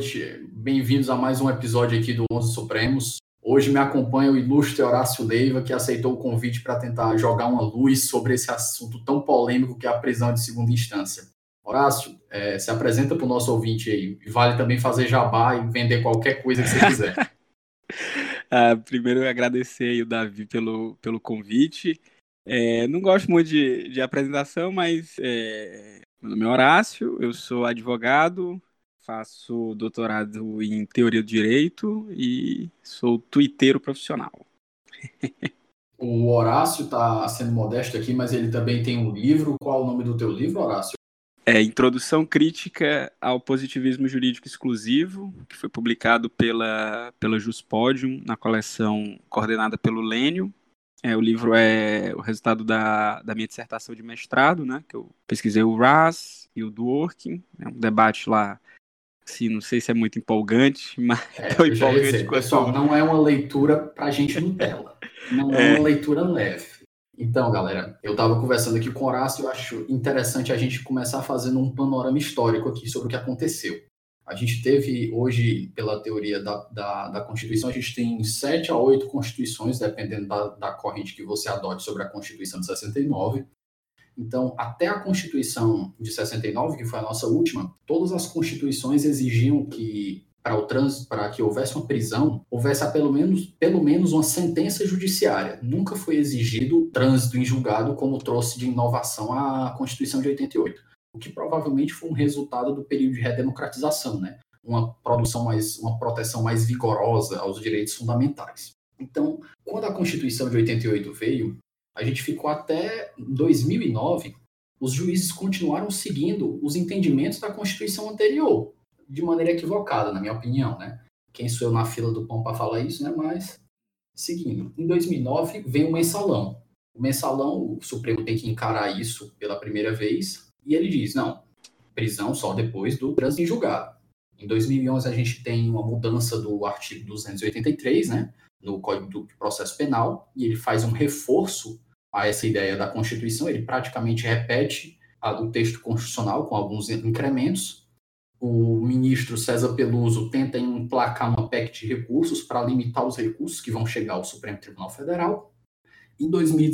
noite. Bem-vindos a mais um episódio aqui do Onze Supremos. Hoje me acompanha o ilustre Horácio Leiva, que aceitou o convite para tentar jogar uma luz sobre esse assunto tão polêmico que é a prisão de segunda instância. Horácio, se apresenta para o nosso ouvinte aí. Vale também fazer jabá e vender qualquer coisa que você quiser. Primeiro, eu agradecer aí o Davi pelo convite. Não gosto muito de apresentação, mas meu nome é Horácio, eu sou advogado, faço doutorado em teoria do direito e sou tuiteiro profissional. O Horácio está sendo modesto aqui, mas ele também tem um livro. Qual é o nome do teu livro, Horácio? Introdução Crítica ao Positivismo Jurídico Exclusivo, que foi publicado pela Juspodium, na coleção coordenada pelo Lênio. O livro é o resultado da minha dissertação de mestrado, né, que eu pesquisei o Raz e o Dworkin. É um debate lá, assim, não sei se é muito empolgante, mas tão Eu já ia empolgante dizer, quanto... pessoal, não é uma leitura para gente Nutella. Não é uma leitura leve. Então, galera, eu estava conversando aqui com o Horácio e eu acho interessante a gente começar fazendo um panorama histórico aqui sobre o que aconteceu. A gente teve hoje, pela teoria da Constituição, a gente tem 7 a 8 constituições, dependendo da corrente que você adote sobre a Constituição de 69. Então, até a Constituição de 69, que foi a nossa última, todas as constituições exigiam que, para que houvesse uma prisão, houvesse pelo menos uma sentença judiciária. Nunca foi exigido trânsito em julgado, como trouxe de inovação a Constituição de 88. O que provavelmente foi um resultado do período de redemocratização, né? Uma proteção mais vigorosa aos direitos fundamentais. Então, quando a Constituição de 88 veio, a gente ficou até 2009, os juízes continuaram seguindo os entendimentos da Constituição anterior, de maneira equivocada, na minha opinião, né? Quem sou eu na fila do pão para falar isso, né? Mas, seguindo. Em 2009, vem o mensalão. O mensalão, o Supremo tem que encarar isso pela primeira vez, e ele diz, não, prisão só depois do trânsito em julgado. Em 2011, a gente tem uma mudança do artigo 283, né? No Código do Processo Penal, e ele faz um reforço a essa ideia da Constituição, ele praticamente repete o texto constitucional com alguns incrementos. O ministro César Peluso tenta emplacar uma PEC de recursos para limitar os recursos que vão chegar ao Supremo Tribunal Federal. Em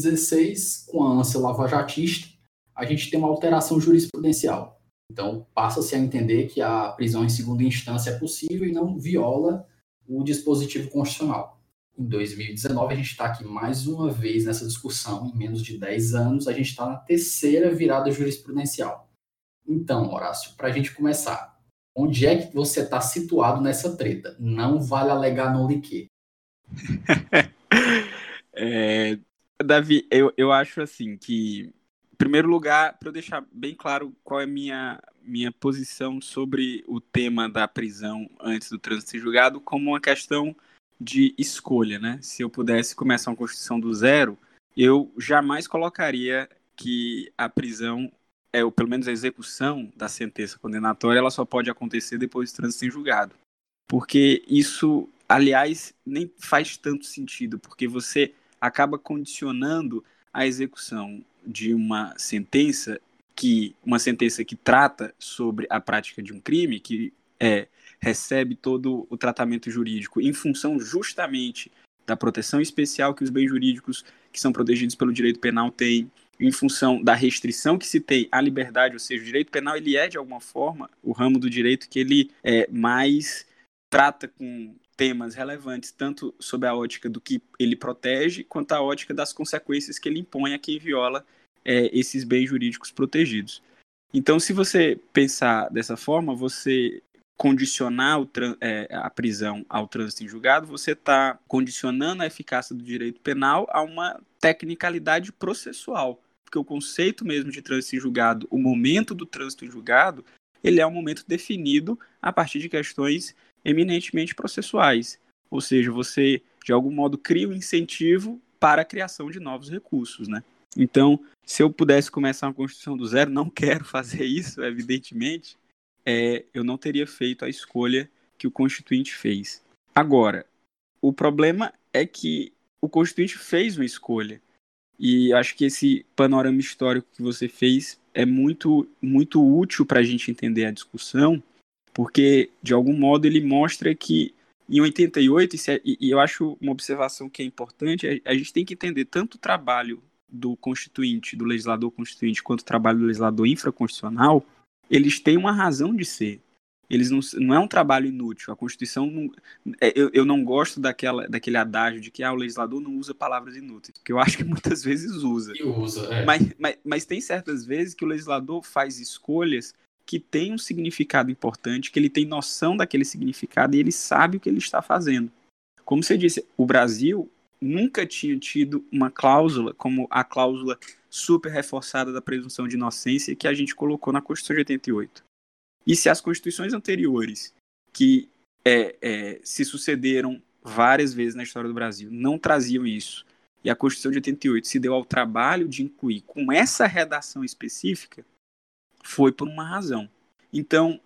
2016, com a ânsia lavajatista, a gente tem uma alteração jurisprudencial. Então, passa-se a entender que a prisão em segunda instância é possível e não viola o dispositivo constitucional. Em 2019, a gente está aqui mais uma vez nessa discussão, em menos de 10 anos, a gente está na terceira virada jurisprudencial. Então, Horácio, para a gente começar, onde é que você está situado nessa treta? Não vale alegar no liquê. Davi, eu acho assim que, em primeiro lugar, para eu deixar bem claro qual é a minha posição sobre o tema da prisão antes do trânsito em julgado, como uma questão de escolha, né? Se eu pudesse começar uma Constituição do zero, eu jamais colocaria que a prisão, ou pelo menos a execução da sentença condenatória, ela só pode acontecer depois do trânsito em julgado. Porque isso, aliás, nem faz tanto sentido, porque você acaba condicionando a execução de uma sentença que trata sobre a prática de um crime, que recebe todo o tratamento jurídico em função justamente da proteção especial que os bens jurídicos que são protegidos pelo direito penal têm, em função da restrição que se tem à liberdade, ou seja, o direito penal ele é, de alguma forma, o ramo do direito que ele mais trata com temas relevantes, tanto sob a ótica do que ele protege, quanto a ótica das consequências que ele impõe a quem viola esses bens jurídicos protegidos. Então, se você pensar dessa forma, você condicionar a prisão ao trânsito em julgado, você está condicionando a eficácia do direito penal a uma tecnicalidade processual, porque o conceito mesmo de trânsito em julgado, o momento do trânsito em julgado, ele é um momento definido a partir de questões eminentemente processuais, ou seja, você de algum modo cria um incentivo para a criação de novos recursos, né? Então, se eu pudesse começar uma Constituição do zero, não quero fazer isso, evidentemente, eu não teria feito a escolha que o Constituinte fez. Agora, o problema é que o Constituinte fez uma escolha. E acho que esse panorama histórico que você fez é muito, muito útil para a gente entender a discussão, porque, de algum modo, ele mostra que em 88, e eu acho uma observação que é importante, a gente tem que entender tanto o trabalho do constituinte, do legislador constituinte, quanto o trabalho do legislador infraconstitucional, eles têm uma razão de ser. Eles não é um trabalho inútil. A Constituição não, eu não gosto daquele adágio de que o legislador não usa palavras inúteis, porque eu acho que muitas vezes usa. E usa, é. Mas tem certas vezes que o legislador faz escolhas que têm um significado importante, que ele tem noção daquele significado e ele sabe o que ele está fazendo. Como você disse, o Brasil nunca tinha tido uma cláusula como a cláusula super reforçada da presunção de inocência que a gente colocou na Constituição de 88. E se as constituições anteriores, que se sucederam várias vezes na história do Brasil, não traziam isso, e a Constituição de 88 se deu ao trabalho de incluir com essa redação específica, foi por uma razão. Então,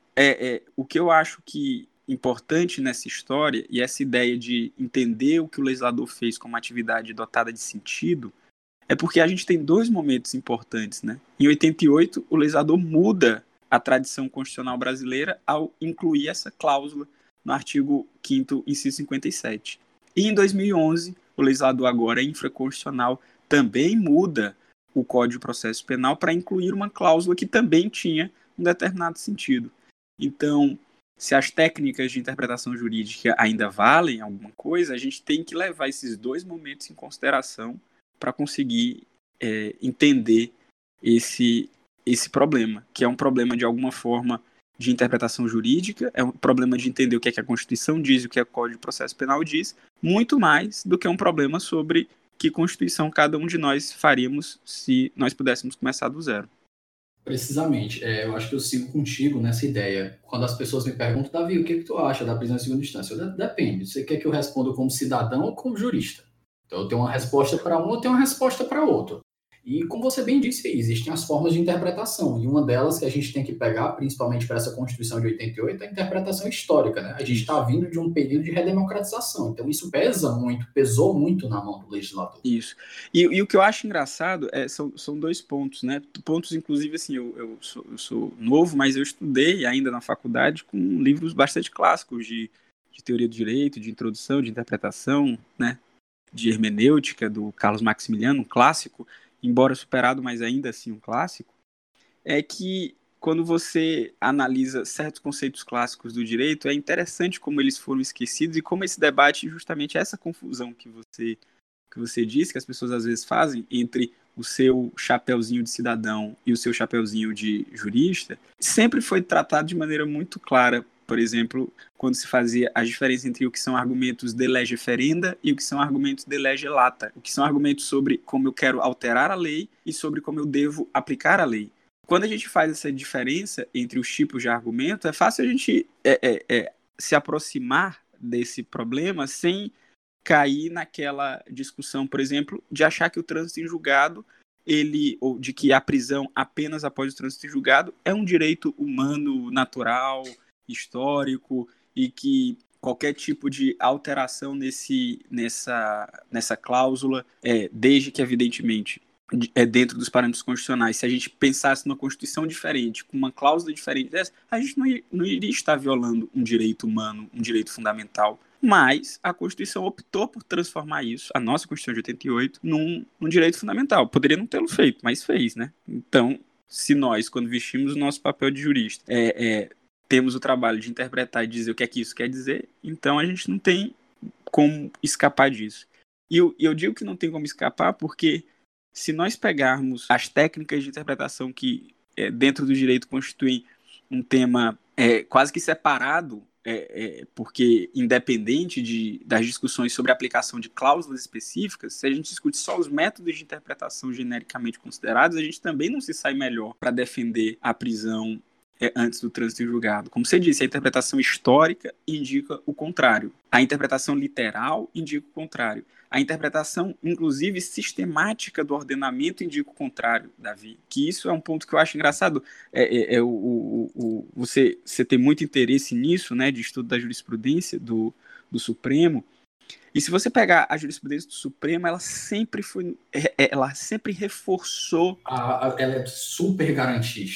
o que eu acho que importante nessa história, e essa ideia de entender o que o legislador fez como atividade dotada de sentido, é porque a gente tem dois momentos importantes, né? Em 88, o legislador muda a tradição constitucional brasileira ao incluir essa cláusula no artigo 5º, inciso 57. E em 2011, o legislador agora infraconstitucional também muda o Código de Processo Penal para incluir uma cláusula que também tinha um determinado sentido. Então, se as técnicas de interpretação jurídica ainda valem alguma coisa, a gente tem que levar esses dois momentos em consideração para conseguir entender esse problema, que é um problema, de alguma forma, de interpretação jurídica, é um problema de entender o que é que a Constituição diz e o que é o Código de Processo Penal diz, muito mais do que um problema sobre que Constituição cada um de nós faríamos se nós pudéssemos começar do zero. Precisamente. Eu acho que eu sigo contigo nessa ideia. Quando as pessoas me perguntam, Davi, o que tu acha da prisão em segunda instância? Depende. Você quer que eu responda como cidadão ou como jurista? Então, eu tenho uma resposta para um, eu tenho uma resposta para outro. E, como você bem disse, existem as formas de interpretação. E uma delas que a gente tem que pegar, principalmente para essa Constituição de 88, é a interpretação histórica, né? A gente está vindo de um período de redemocratização. Então, isso pesou muito na mão do legislador. Isso. E o que eu acho engraçado são dois pontos, né? Pontos, inclusive, assim, eu sou novo, mas eu estudei ainda na faculdade com livros bastante clássicos de teoria do direito, de introdução, de interpretação, né? De hermenêutica, do Carlos Maximiliano, um clássico, embora superado, mas ainda assim um clássico, é que quando você analisa certos conceitos clássicos do direito, é interessante como eles foram esquecidos e como esse debate, justamente essa confusão que você disse, que as pessoas às vezes fazem entre o seu chapeuzinho de cidadão e o seu chapeuzinho de jurista, sempre foi tratado de maneira muito clara. Por exemplo, quando se fazia a diferença entre o que são argumentos de lege ferenda e o que são argumentos de lege lata, o que são argumentos sobre como eu quero alterar a lei e sobre como eu devo aplicar a lei. Quando a gente faz essa diferença entre os tipos de argumento, é fácil a gente se aproximar desse problema sem cair naquela discussão, por exemplo, de achar que o trânsito em julgado, ou de que a prisão apenas após o trânsito em julgado é um direito humano, natural, histórico, e que qualquer tipo de alteração nessa cláusula, desde que, evidentemente, dentro dos parâmetros constitucionais, se a gente pensasse numa Constituição diferente, com uma cláusula diferente dessa, a gente não iria estar violando um direito humano, um direito fundamental. Mas a Constituição optou por transformar isso, a nossa Constituição de 88, num direito fundamental. Poderia não tê-lo feito, mas fez, né? Então, se nós, quando vestimos o nosso papel de jurista, temos o trabalho de interpretar e dizer o que é que isso quer dizer, então a gente não tem como escapar disso. E eu digo que não tem como escapar porque se nós pegarmos as técnicas de interpretação que dentro do direito constituem um tema quase que separado, porque independente das discussões sobre a aplicação de cláusulas específicas, se a gente discute só os métodos de interpretação genericamente considerados, a gente também não se sai melhor para defender a prisão antes do trânsito em julgado. Como você disse, a interpretação histórica indica o contrário. A interpretação literal indica o contrário. A interpretação, inclusive, sistemática do ordenamento indica o contrário, Davi. Que isso é um ponto que eu acho engraçado. Você tem muito interesse nisso, né, de estudo da jurisprudência do Supremo. E se você pegar a jurisprudência do Supremo, ela sempre reforçou... Ela é super garantista.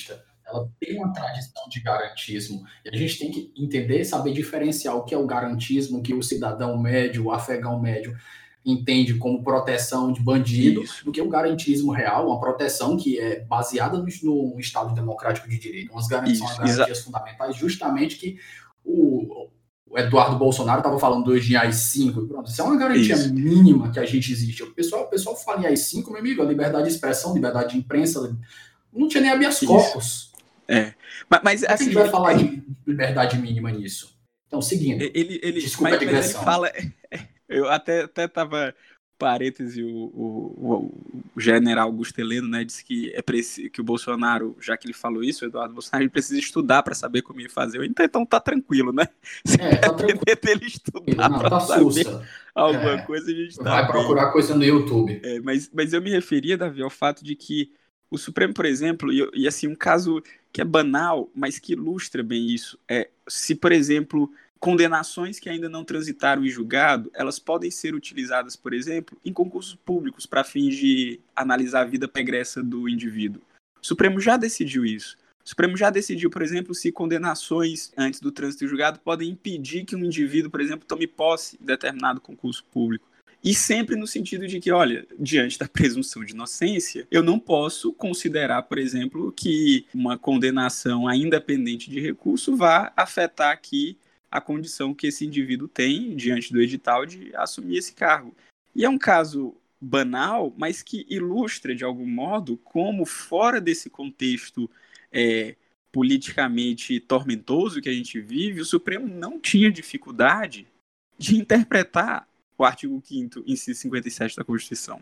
ela tem uma tradição de garantismo. E a gente tem que entender, saber diferenciar o que é o garantismo, que o cidadão médio, o afegão médio, entende como proteção de bandido, do que o garantismo real, uma proteção que é baseada no Estado democrático de direito. São as garantias fundamentais, justamente que o Eduardo Bolsonaro estava falando do hoje em AI-5, pronto, isso é uma garantia mínima que a gente existe. O pessoal fala em AI-5, meu amigo, a liberdade de expressão, liberdade de imprensa, não tinha nem habeas corpus. Mas assim, a gente vai falar de liberdade mínima nisso. Então, seguindo, desculpa a digressão. Ele fala, eu até tava, parêntese, o general Augusto Heleno, né, disse que que o Bolsonaro, já que ele falou isso, o Eduardo Bolsonaro, ele precisa estudar para saber como ele fazer. Então tá tranquilo, né? Se tá tranquilo. Ele estudar para saber alguma coisa, a gente tá vai procurar coisa no YouTube. Mas eu me referia, Davi, ao fato de que o Supremo, por exemplo, e assim, um caso que é banal, mas que ilustra bem isso, se, por exemplo, condenações que ainda não transitaram em julgado, elas podem ser utilizadas, por exemplo, em concursos públicos para fins de analisar a vida pregressa do indivíduo. O Supremo já decidiu isso. O Supremo já decidiu, por exemplo, se condenações antes do trânsito em julgado podem impedir que um indivíduo, por exemplo, tome posse em determinado concurso público. E sempre no sentido de que, olha, diante da presunção de inocência, eu não posso considerar, por exemplo, que uma condenação ainda pendente de recurso vá afetar aqui a condição que esse indivíduo tem, diante do edital, de assumir esse cargo. E é um caso banal, mas que ilustra, de algum modo, como fora desse contexto politicamente tormentoso que a gente vive, o Supremo não tinha dificuldade de interpretar o artigo 5º, inciso 57 da Constituição.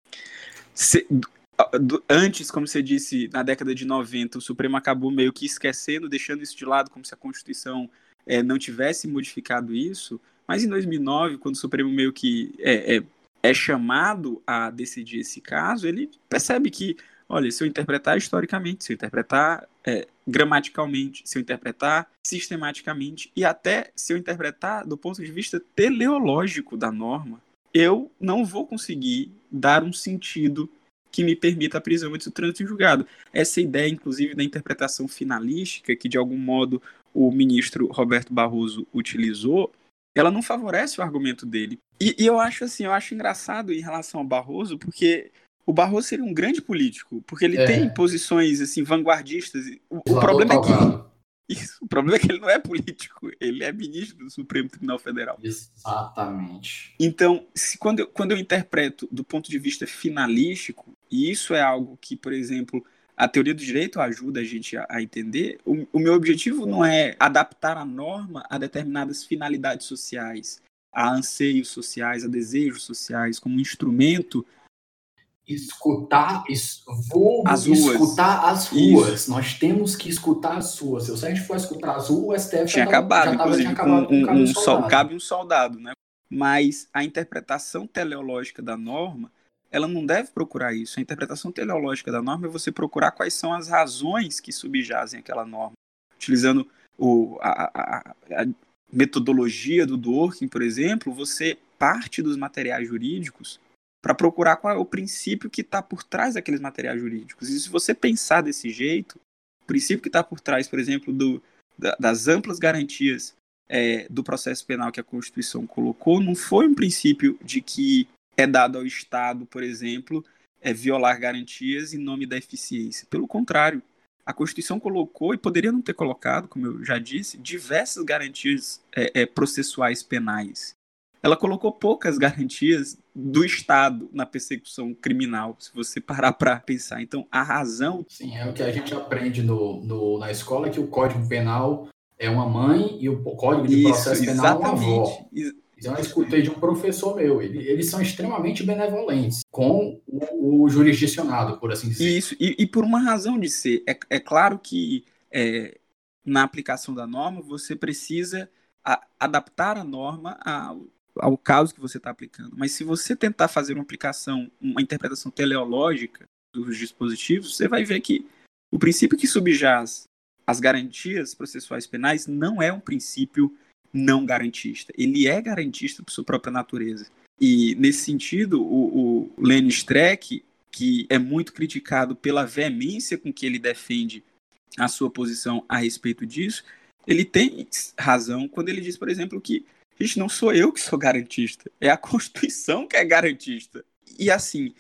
Antes, como você disse, na década de 90, o Supremo acabou meio que esquecendo, deixando isso de lado, como se a Constituição não tivesse modificado isso, mas em 2009, quando o Supremo meio que é chamado a decidir esse caso, ele percebe que, olha, se eu interpretar historicamente, se eu interpretar gramaticalmente, se eu interpretar sistematicamente e até se eu interpretar do ponto de vista teleológico da norma, eu não vou conseguir dar um sentido que me permita a prisão antes do trânsito em julgado. Essa ideia, inclusive, da interpretação finalística, que de algum modo o ministro Roberto Barroso utilizou, ela não favorece o argumento dele. E eu acho engraçado em relação ao Barroso, porque o Barroso seria um grande político, porque ele tem posições assim, vanguardistas. O problema é que ele não é político, ele é ministro do Supremo Tribunal Federal. Exatamente. Então, quando eu interpreto do ponto de vista finalístico, e isso é algo que, por exemplo, a teoria do direito ajuda a gente a entender, o meu objetivo não é adaptar a norma a determinadas finalidades sociais, a anseios sociais, a desejos sociais, como um instrumento. Escutar as ruas. Nós temos que escutar as ruas. Se a gente for escutar as ruas, o STF tinha acabado, inclusive, cabe um soldado, né? Mas a interpretação teleológica da norma, ela não deve procurar isso. A interpretação teleológica da norma é você procurar quais são as razões que subjazem aquela norma. Utilizando a metodologia do Dworkin, por exemplo, você parte dos materiais jurídicos para procurar qual é o princípio que está por trás daqueles materiais jurídicos. E se você pensar desse jeito, o princípio que está por trás, por exemplo, das amplas garantias do processo penal que a Constituição colocou, não foi um princípio de que é dado ao Estado, por exemplo, violar garantias em nome da eficiência. Pelo contrário, a Constituição colocou, e poderia não ter colocado, como eu já disse, diversas garantias processuais penais. Ela colocou poucas garantias do Estado na persecução criminal, se você parar para pensar. Então, a razão... Sim, é o que a gente aprende na escola, que o Código Penal é uma mãe e o Código de Processo Penal é uma avó. Então, eu escutei de um professor meu. Eles são extremamente benevolentes com o jurisdicionado, por assim dizer. Isso, e por uma razão de ser. É claro que na aplicação da norma, você precisa adaptar a norma ao caso que você está aplicando. Mas se você tentar fazer uma interpretação teleológica dos dispositivos, você vai ver que o princípio que subjaz as garantias processuais penais não é um princípio não garantista. Ele é garantista por sua própria natureza. E, nesse sentido, o Lênin Streck, que é muito criticado pela veemência com que ele defende a sua posição a respeito disso, ele tem razão quando ele diz, por exemplo, que, gente, não sou eu que sou garantista, é a Constituição que é garantista. E assim,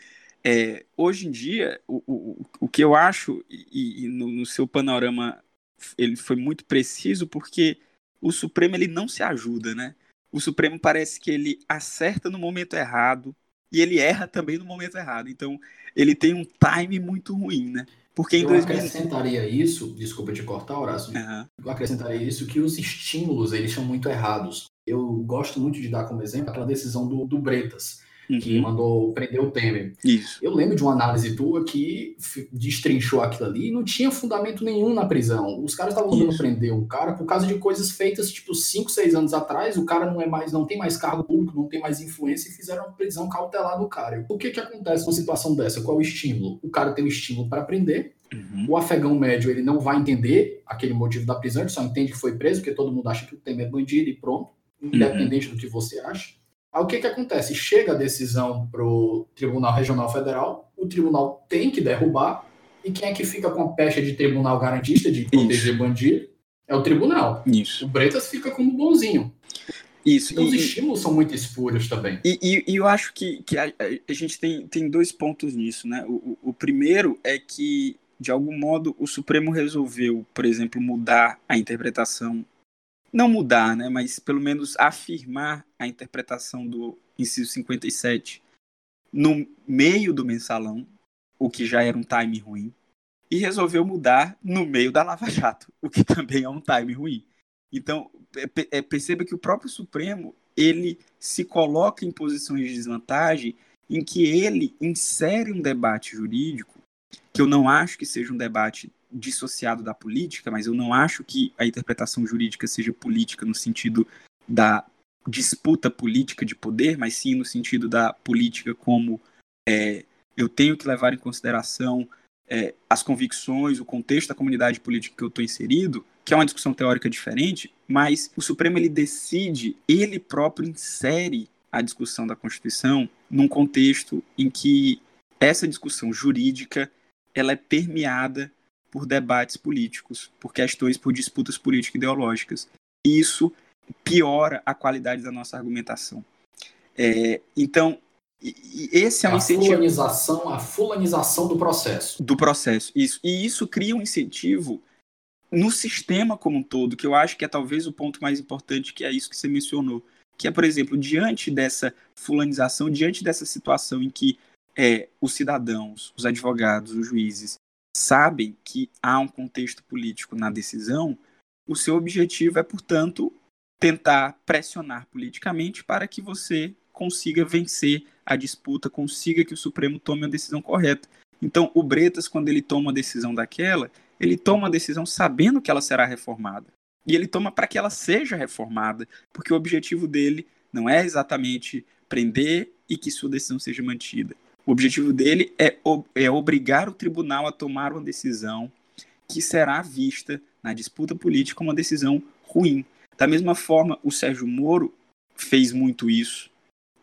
hoje em dia, o que eu acho, e no seu panorama ele foi muito preciso, porque o Supremo ele não se ajuda, né? O Supremo parece que ele acerta no momento errado e ele erra também no momento errado. Então, ele tem um time muito ruim, né? Porque em Eu acrescentaria isso, desculpa te cortar, Horácio, eu acrescentaria isso que os estímulos, eles são muito errados. Eu gosto muito de dar como exemplo aquela decisão do Bretas, que mandou prender o Temer. Isso. Eu lembro de uma análise tua que destrinchou aquilo ali e não tinha fundamento nenhum na prisão. Os caras estavam mandando prender um cara por causa de coisas feitas, tipo, 5, 6 anos atrás, o cara não tem mais cargo público, não tem mais influência e fizeram uma prisão cautelar do cara. O que acontece numa situação dessa? Qual é o estímulo? O cara tem o estímulo para prender, o afegão médio ele não vai entender aquele motivo da prisão, ele só entende que foi preso, porque todo mundo acha que o Temer é bandido e pronto, independente do que você acha. Aí o que acontece? Chega a decisão para o Tribunal Regional Federal, o tribunal tem que derrubar, e quem é que fica com a pecha de tribunal garantista, de proteger bandido? É o tribunal. Isso. O Bretas fica como bonzinho. Isso. Então os estímulos são muito espúrios também. E eu acho que a gente tem 2 pontos nisso, né? O primeiro é que, de algum modo, o Supremo resolveu, por exemplo, mudar a interpretação. Não mudar, né, mas pelo menos afirmar a interpretação do inciso 57 no meio do mensalão, o que já era um time ruim, e resolveu mudar no meio da Lava Jato, o que também é um time ruim. Então, perceba que o próprio Supremo, ele se coloca em posições de desvantagem em que ele insere um debate jurídico, que eu não acho que seja um debate dissociado da política, mas eu não acho que a interpretação jurídica seja política no sentido da disputa política de poder, mas sim no sentido da política como eu tenho que levar em consideração as convicções, o contexto da comunidade política que eu estou inserido, que é uma discussão teórica diferente, mas o Supremo ele decide, ele próprio insere a discussão da Constituição num contexto em que essa discussão jurídica ela é permeada por debates políticos, por questões, por disputas político-ideológicas. E isso piora a qualidade da nossa argumentação. Então, esse é um incentivo... A fulanização do processo. Do processo, isso. E isso cria um incentivo no sistema como um todo, que eu acho que é talvez o ponto mais importante, que é isso que você mencionou. Que é, por exemplo, diante dessa fulanização, diante dessa situação em que os cidadãos, os advogados, os juízes, sabem que há um contexto político na decisão, o seu objetivo é, portanto, tentar pressionar politicamente para que você consiga vencer a disputa, consiga que o Supremo tome a decisão correta. Então, o Bretas, quando ele toma uma decisão daquela, ele toma a decisão sabendo que ela será reformada. E ele toma para que ela seja reformada, porque o objetivo dele não é exatamente prender e que sua decisão seja mantida. O objetivo dele é obrigar o tribunal a tomar uma decisão que será vista na disputa política como uma decisão ruim. Da mesma forma, o Sérgio Moro fez muito isso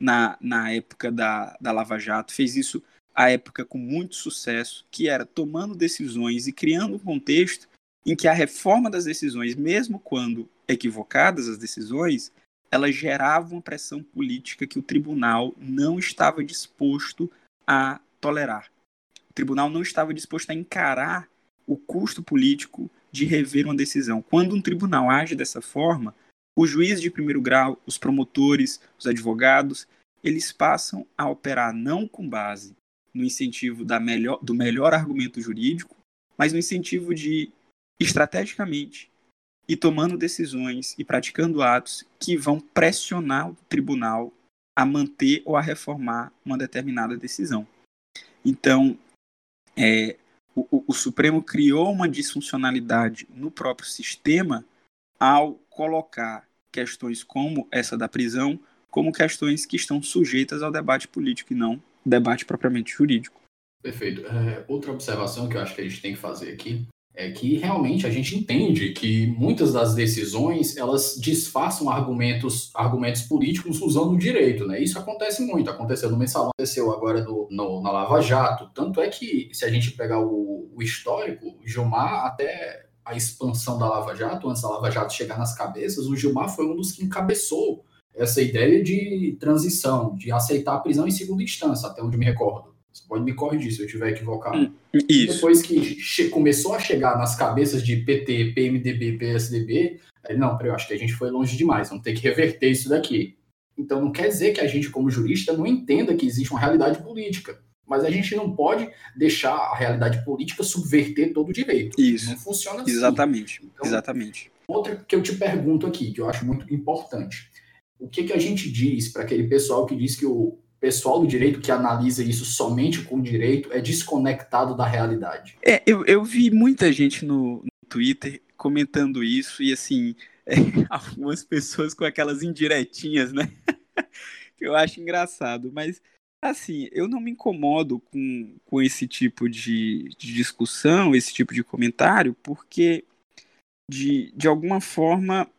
na época da Lava Jato, fez isso à época com muito sucesso, que era tomando decisões e criando um contexto em que a reforma das decisões, mesmo quando equivocadas as decisões, elas geravam uma pressão política que o tribunal não estava disposto a tolerar. O tribunal não estava disposto a encarar o custo político de rever uma decisão. Quando um tribunal age dessa forma, o juiz de primeiro grau, os promotores, os advogados, eles passam a operar não com base no incentivo do melhor argumento jurídico, mas no incentivo de, estrategicamente, ir tomando decisões e praticando atos que vão pressionar o tribunal a manter ou a reformar uma determinada decisão. Então, o Supremo criou uma disfuncionalidade no próprio sistema ao colocar questões como essa da prisão como questões que estão sujeitas ao debate político e não debate propriamente jurídico. Perfeito. Outra observação que eu acho que a gente tem que fazer aqui é que realmente a gente entende que muitas das decisões elas disfarçam argumentos políticos usando o direito, né? Isso acontece muito, aconteceu no Mensalão, aconteceu agora na Lava Jato, tanto é que se a gente pegar o histórico, Gilmar até a expansão da Lava Jato, antes da Lava Jato chegar nas cabeças, o Gilmar foi um dos que encabeçou essa ideia de transição, de aceitar a prisão em segunda instância, até onde me recordo. Você pode me corrigir se eu estiver equivocado. Isso. Depois que começou a chegar nas cabeças de PT, PMDB, PSDB, não, eu acho que a gente foi longe demais, vamos ter que reverter isso daqui. Então não quer dizer que a gente, como jurista, não entenda que existe uma realidade política, mas a gente não pode deixar a realidade política subverter todo o direito. Isso. Não funciona assim. Exatamente. Então, Exatamente. Outra que eu te pergunto aqui, que eu acho muito importante. O que a gente diz para aquele pessoal que diz que o pessoal do direito que analisa isso somente com o direito é desconectado da realidade? Eu vi muita gente no Twitter comentando isso e, assim, algumas pessoas com aquelas indiretinhas, né? Que eu acho engraçado, mas, assim, eu não me incomodo com esse tipo de discussão, esse tipo de comentário, porque, de alguma forma,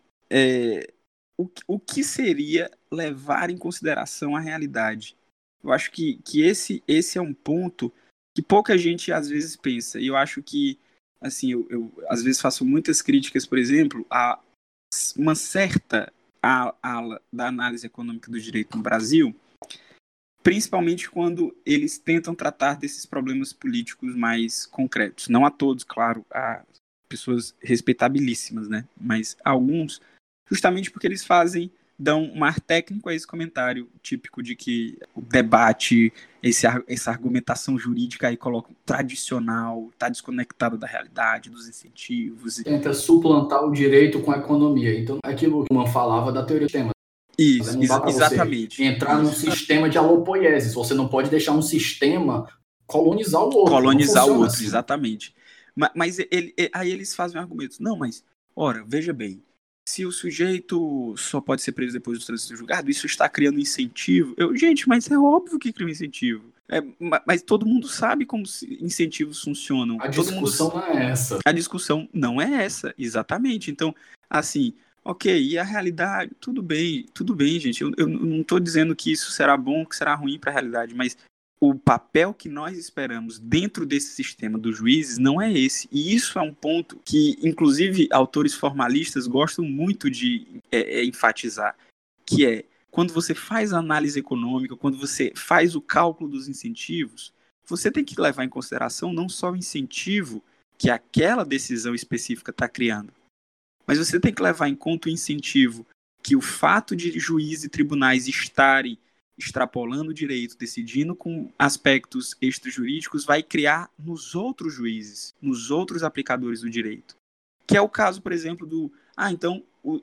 o que seria levar em consideração a realidade? Eu acho que esse é um ponto que pouca gente às vezes pensa. E eu acho que, assim, eu às vezes faço muitas críticas, por exemplo, a uma certa ala da análise econômica do direito no Brasil, principalmente quando eles tentam tratar desses problemas políticos mais concretos. Não a todos, claro, há pessoas respeitabilíssimas, né? Mas alguns, justamente porque eles dão um ar técnico a esse comentário típico de que o debate, essa argumentação jurídica aí coloca tradicional, está desconectada da realidade, dos incentivos. Tenta suplantar o direito com a economia. Então, aquilo que o Man falava da teoria do sistema. Isso, não dá para exatamente. Você entrar num sistema de alopoieses. Você não pode deixar um sistema colonizar o outro. Colonizar o outro, assim. Exatamente. Mas aí eles fazem um argumento. Não, mas, ora, veja bem, se o sujeito só pode ser preso depois do trânsito julgado, isso está criando incentivo. Gente, mas é óbvio que cria um incentivo. Mas todo mundo sabe como incentivos funcionam. A discussão não é essa. A discussão não é essa, exatamente. Então, assim, ok, e a realidade? Tudo bem, gente. Eu não estou dizendo que isso será bom, que será ruim para a realidade, mas o papel que nós esperamos dentro desse sistema dos juízes não é esse. E isso é um ponto que, inclusive, autores formalistas gostam muito de enfatizar, que é, quando você faz a análise econômica, quando você faz o cálculo dos incentivos, você tem que levar em consideração não só o incentivo que aquela decisão específica está criando, mas você tem que levar em conta o incentivo que o fato de juízes e tribunais estarem extrapolando o direito, decidindo com aspectos extrajurídicos, vai criar nos outros juízes, nos outros aplicadores do direito. Que é o caso, por exemplo, então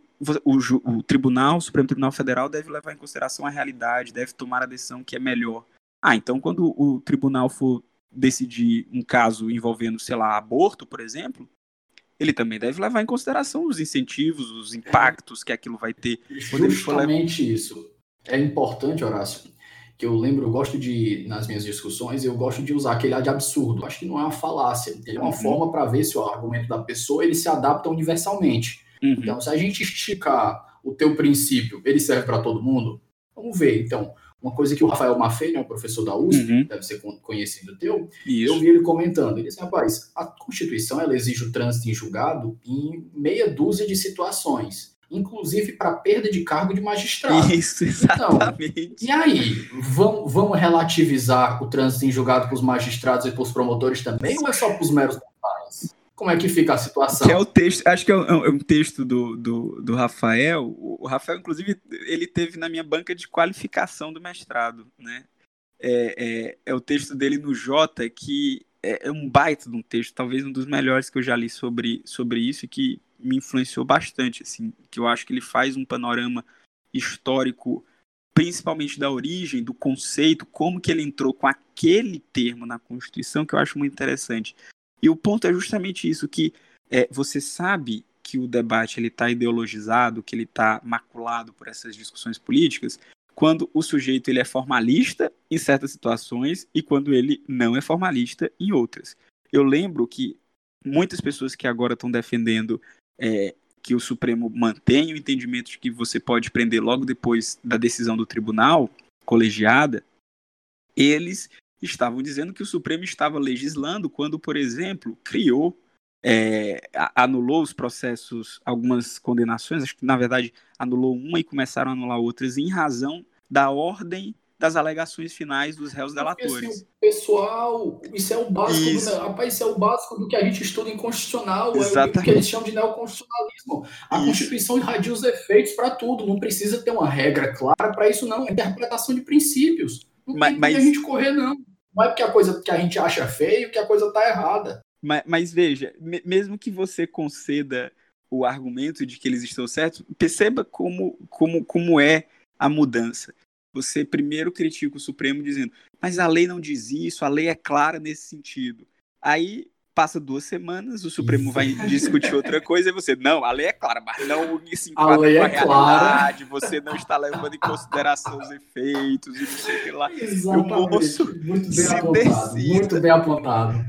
o Tribunal, o Supremo Tribunal Federal deve levar em consideração a realidade, deve tomar a decisão que é melhor. Então quando o tribunal for decidir um caso envolvendo, sei lá, aborto, por exemplo, ele também deve levar em consideração os incentivos, os impactos que aquilo vai ter. Justamente isso. É importante, Horácio, que eu gosto nas minhas discussões, eu gosto de usar aquele ad absurdo. Acho que não é uma falácia. Ele é uma forma para ver se o argumento da pessoa ele se adapta universalmente. Então, se a gente esticar o teu princípio, ele serve para todo mundo? Vamos ver. Então, uma coisa que o Rafael Maffei, né, o professor da USP, deve ser conhecido teu, eu vi ele comentando. Ele disse, rapaz, a Constituição ela exige o trânsito em julgado em meia dúzia de situações, inclusive para perda de cargo de magistrado. Isso, exatamente. Então, e aí, vamos relativizar o trânsito em julgado para os magistrados e para os promotores também, ou é só para os meros mortais? Como é que fica a situação? Que é o texto, acho que é um texto do Rafael. O Rafael, inclusive, ele teve na minha banca de qualificação do mestrado, né? É o texto dele no Jota, que é um baita de um texto, talvez um dos melhores que eu já li sobre isso e que me influenciou bastante, assim, que eu acho que ele faz um panorama histórico, principalmente da origem, do conceito, como que ele entrou com aquele termo na Constituição, que eu acho muito interessante. E o ponto é justamente isso, que você sabe que o debate está ideologizado, que ele está maculado por essas discussões políticas, quando o sujeito ele é formalista em certas situações e quando ele não é formalista em outras. Eu lembro que muitas pessoas que agora estão defendendo que o Supremo mantenha o entendimento de que você pode prender logo depois da decisão do tribunal colegiada, eles estavam dizendo que o Supremo estava legislando quando, por exemplo, anulou os processos, algumas condenações, acho que na verdade anulou uma e começaram a anular outras em razão da ordem das alegações finais dos réus delatores. Assim, pessoal, isso é o básico rapaz, isso é o básico do que a gente estuda em constitucional, é o que eles chamam de neoconstitucionalismo. A Constituição irradia os efeitos para tudo, não precisa ter uma regra clara para isso não, é interpretação de princípios. Não tem que a gente correr não. Não é porque a coisa que a gente acha feio que a coisa está errada. Mas veja, mesmo que você conceda o argumento de que eles estão certos, perceba como é a mudança. Você primeiro critica o Supremo dizendo, mas a lei não diz isso, a lei é clara nesse sentido. Aí passa 2 semanas, o Supremo vai discutir outra coisa e você, não, a lei é clara, mas não se enquadra com a realidade, você não está levando em consideração os efeitos e não sei o que lá. Exatamente. O moço muito bem apontado.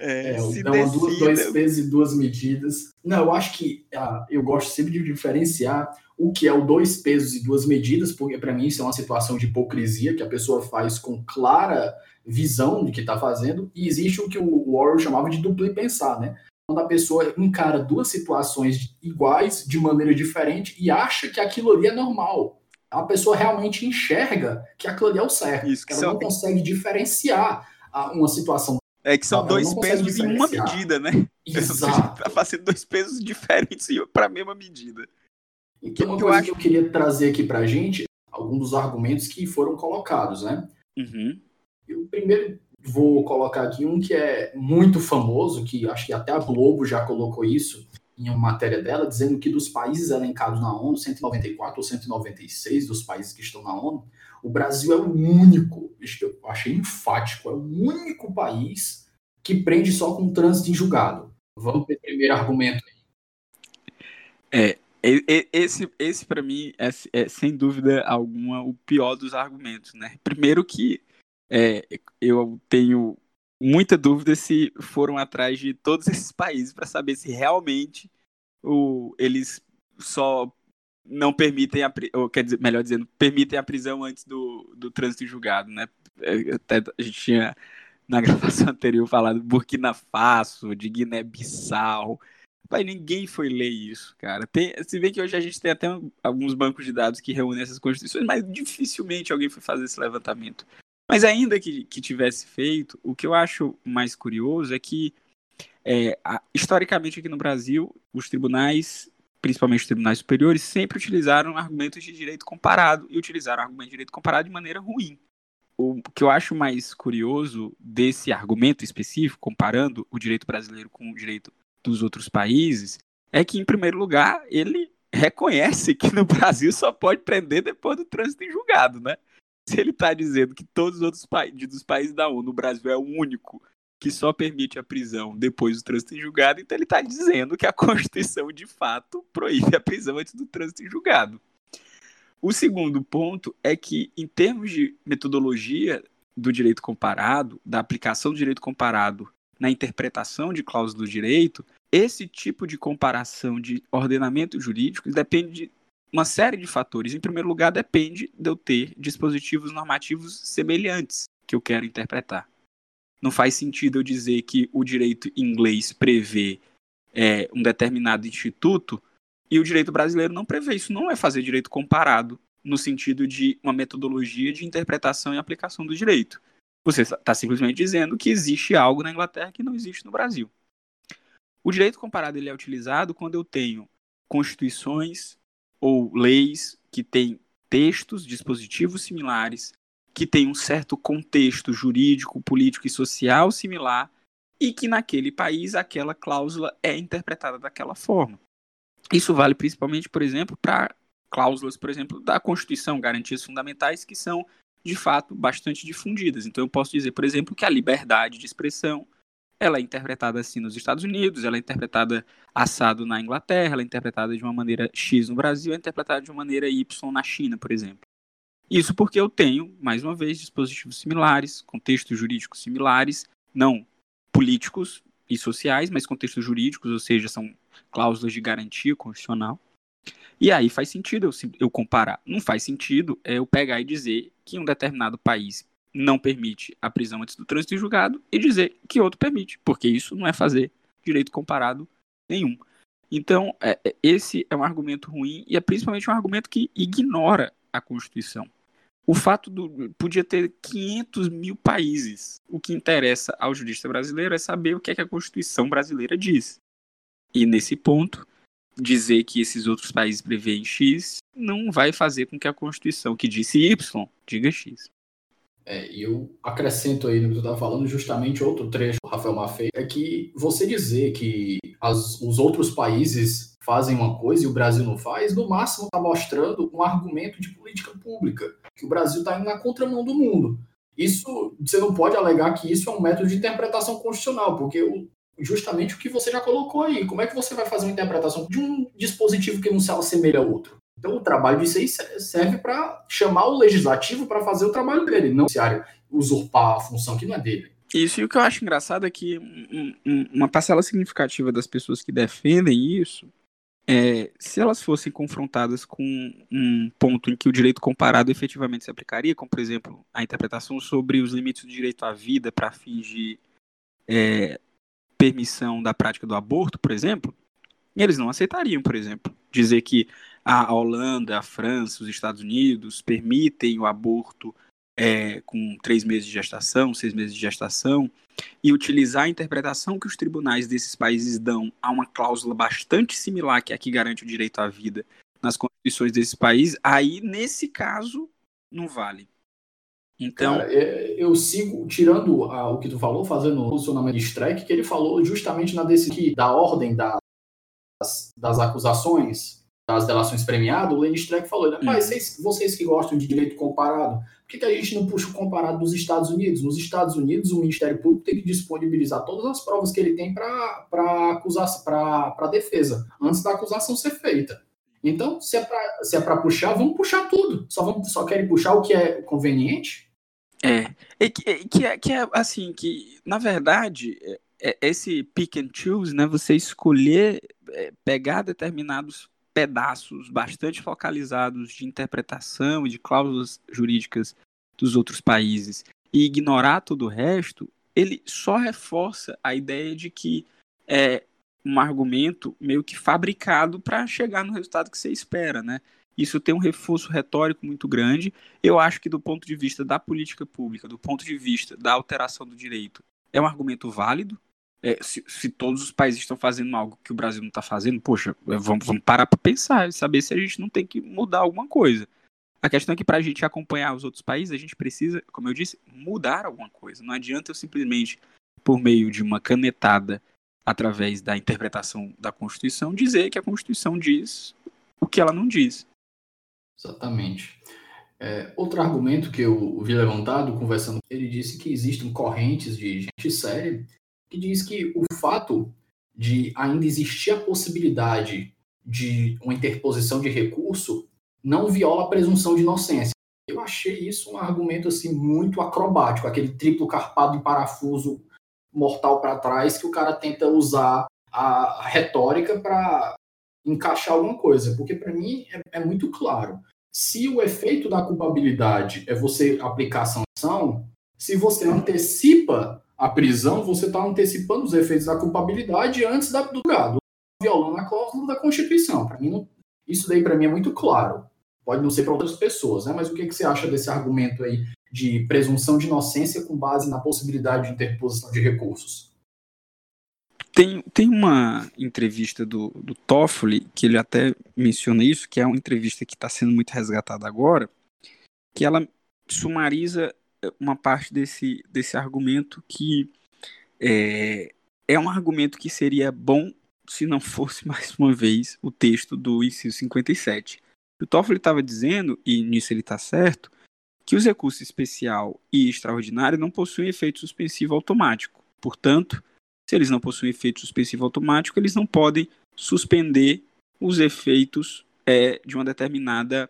Dois pesos e 2 medidas. Não, eu acho que eu gosto sempre de diferenciar o que é o 2 pesos e 2 medidas, porque para mim isso é uma situação de hipocrisia que a pessoa faz com clara visão do que está fazendo, e existe o que o Orwell chamava de duplo pensar, né? Quando a pessoa encara 2 situações iguais de maneira diferente e acha que aquilo ali é normal. A pessoa realmente enxerga que aquilo ali é o certo. Isso, que ela não consegue diferenciar uma situação. É que são 2 pesos em uma medida, né? Exato. Tá fazendo 2 pesos diferentes para a mesma medida. Então, uma coisa que eu queria trazer aqui pra gente, alguns dos argumentos que foram colocados, né? Uhum. Eu primeiro vou colocar aqui um que é muito famoso, que acho que até a Globo já colocou isso em uma matéria dela, dizendo que dos países elencados na ONU, 194 ou 196 dos países que estão na ONU, o Brasil é o único, eu achei enfático, é o único país que prende só com trânsito em julgado. Vamos para o primeiro argumento aí. Esse para mim é sem dúvida alguma o pior dos argumentos, né? Primeiro que eu tenho muita dúvida se foram atrás de todos esses países para saber se realmente eles só não permitem ou quer dizer, melhor dizendo, permitem a prisão antes do trânsito em julgado, né? Até a gente tinha na gravação anterior falado de Burkina Faso, de Guiné-Bissau. Mas ninguém foi ler isso, cara. Se bem que hoje a gente tem até alguns bancos de dados que reúnem essas constituições, mas dificilmente alguém foi fazer esse levantamento. Mas ainda que tivesse feito, o que eu acho mais curioso é que, historicamente aqui no Brasil, os tribunais, principalmente os tribunais superiores, sempre utilizaram argumentos de direito comparado e utilizaram argumentos de direito comparado de maneira ruim. O que eu acho mais curioso desse argumento específico, comparando o direito brasileiro com o direito dos outros países, é que, em primeiro lugar, ele reconhece que no Brasil só pode prender depois do trânsito em julgado, né? Se ele está dizendo que todos os outros dos países da ONU, o Brasil é o único que só permite a prisão depois do trânsito em julgado, então ele está dizendo que a Constituição, de fato, proíbe a prisão antes do trânsito em julgado. O segundo ponto é que, em termos de metodologia do direito comparado, da aplicação do direito comparado na interpretação de cláusulas do direito, esse tipo de comparação de ordenamento jurídico depende de uma série de fatores. Em primeiro lugar, depende de eu ter dispositivos normativos semelhantes que eu quero interpretar. Não faz sentido eu dizer que o direito inglês prevê um determinado instituto e o direito brasileiro não prevê. Isso não é fazer direito comparado no sentido de uma metodologia de interpretação e aplicação do direito. Você está simplesmente dizendo que existe algo na Inglaterra que não existe no Brasil. O direito comparado ele é utilizado quando eu tenho constituições ou leis que têm textos, dispositivos similares, que têm um certo contexto jurídico, político e social similar e que naquele país aquela cláusula é interpretada daquela forma. Isso vale principalmente, por exemplo, para cláusulas, por exemplo, da Constituição, garantias fundamentais que são de fato bastante difundidas. Então eu posso dizer, por exemplo, que a liberdade de expressão ela é interpretada assim nos Estados Unidos, ela é interpretada assado na Inglaterra, ela é interpretada de uma maneira X no Brasil, é interpretada de uma maneira Y na China, por exemplo. Isso porque eu tenho, mais uma vez, dispositivos similares, contextos jurídicos similares, não políticos, e sociais, mas contextos jurídicos, ou seja, são cláusulas de garantia constitucional. E aí faz sentido eu comparar. Não faz sentido eu pegar e dizer que um determinado país não permite a prisão antes do trânsito em julgado e dizer que outro permite, porque isso não é fazer direito comparado nenhum. Então, esse é um argumento ruim e é principalmente um argumento que ignora a Constituição. O fato podia ter 500 mil países. O que interessa ao jurista brasileiro é saber o que é que a Constituição brasileira diz. E nesse ponto, dizer que esses outros países prevêem X não vai fazer com que a Constituição, que disse Y, diga X. E eu acrescento aí no que tu tá falando, justamente outro trecho do Rafael Maffei, é que você dizer que os outros países fazem uma coisa e o Brasil não faz, no máximo está mostrando um argumento de política pública, que o Brasil está indo na contramão do mundo. Isso, você não pode alegar que isso é um método de interpretação constitucional, porque justamente o que você já colocou aí, como é que você vai fazer uma interpretação de um dispositivo que não se assemelha a outro? Então, o trabalho disso aí serve para chamar o legislativo para fazer o trabalho dele, não usurpar a função que não é dele. Isso, e o que eu acho engraçado é que uma parcela significativa das pessoas que defendem isso, se elas fossem confrontadas com um ponto em que o direito comparado efetivamente se aplicaria, como, por exemplo, a interpretação sobre os limites do direito à vida para fins de permissão da prática do aborto, por exemplo, eles não aceitariam, por exemplo, dizer que a Holanda, a França, os Estados Unidos permitem o aborto com 3 meses de gestação, 6 meses de gestação, e utilizar a interpretação que os tribunais desses países dão a uma cláusula bastante similar, que é a que garante o direito à vida nas constituições desses países, aí, nesse caso, não vale. Então, cara, eu sigo, tirando o que tu falou, fazendo o posicionamento de Streck, que ele falou justamente da ordem das acusações, das delações premiadas, o Lane Streck falou, né? Mas vocês que gostam de direito comparado, por que a gente não puxa o comparado dos Estados Unidos? Nos Estados Unidos, o Ministério Público tem que disponibilizar todas as provas que ele tem para a defesa, antes da acusação ser feita. Então, se é para puxar, vamos puxar tudo. Só querem puxar o que é conveniente? Assim, que na verdade esse pick and choose, né, você escolher pegar determinados pedaços bastante focalizados de interpretação e de cláusulas jurídicas dos outros países e ignorar todo o resto, ele só reforça a ideia de que é um argumento meio que fabricado para chegar no resultado que você espera, né? Isso tem um reforço retórico muito grande. Eu acho que do ponto de vista da política pública, do ponto de vista da alteração do direito, é um argumento válido. Se todos os países estão fazendo algo que o Brasil não está fazendo, poxa, vamos parar para pensar e saber se a gente não tem que mudar alguma coisa. A questão é que para a gente acompanhar os outros países, a gente precisa, como eu disse, mudar alguma coisa. Não adianta eu simplesmente, por meio de uma canetada, através da interpretação da Constituição, dizer que a Constituição diz o que ela não diz. Exatamente. Outro argumento que eu vi levantado, conversando com ele, disse que existem correntes de gente séria que diz que o fato de ainda existir a possibilidade de uma interposição de recurso não viola a presunção de inocência. Eu achei isso um argumento assim, muito acrobático, aquele triplo carpado em parafuso mortal para trás que o cara tenta usar a retórica para encaixar alguma coisa, porque para mim é muito claro. Se o efeito da culpabilidade é você aplicar a sanção, se você antecipa a prisão, você está antecipando os efeitos da culpabilidade antes do julgado, violando a cláusula da Constituição. Para mim, isso daí para mim é muito claro. Pode não ser para outras pessoas, né? Mas o que você acha desse argumento aí de presunção de inocência com base na possibilidade de interposição de recursos? Tem uma entrevista do Toffoli, que ele até menciona isso, que é uma entrevista que está sendo muito resgatada agora, que ela sumariza uma parte desse argumento que é um argumento que seria bom se não fosse, mais uma vez, o texto do inciso 57. O Toffoli estava dizendo, e nisso ele está certo, que os recursos especial e extraordinário não possuem efeito suspensivo automático. Portanto, se eles não possuem efeito suspensivo automático, eles não podem suspender os efeitos de uma determinada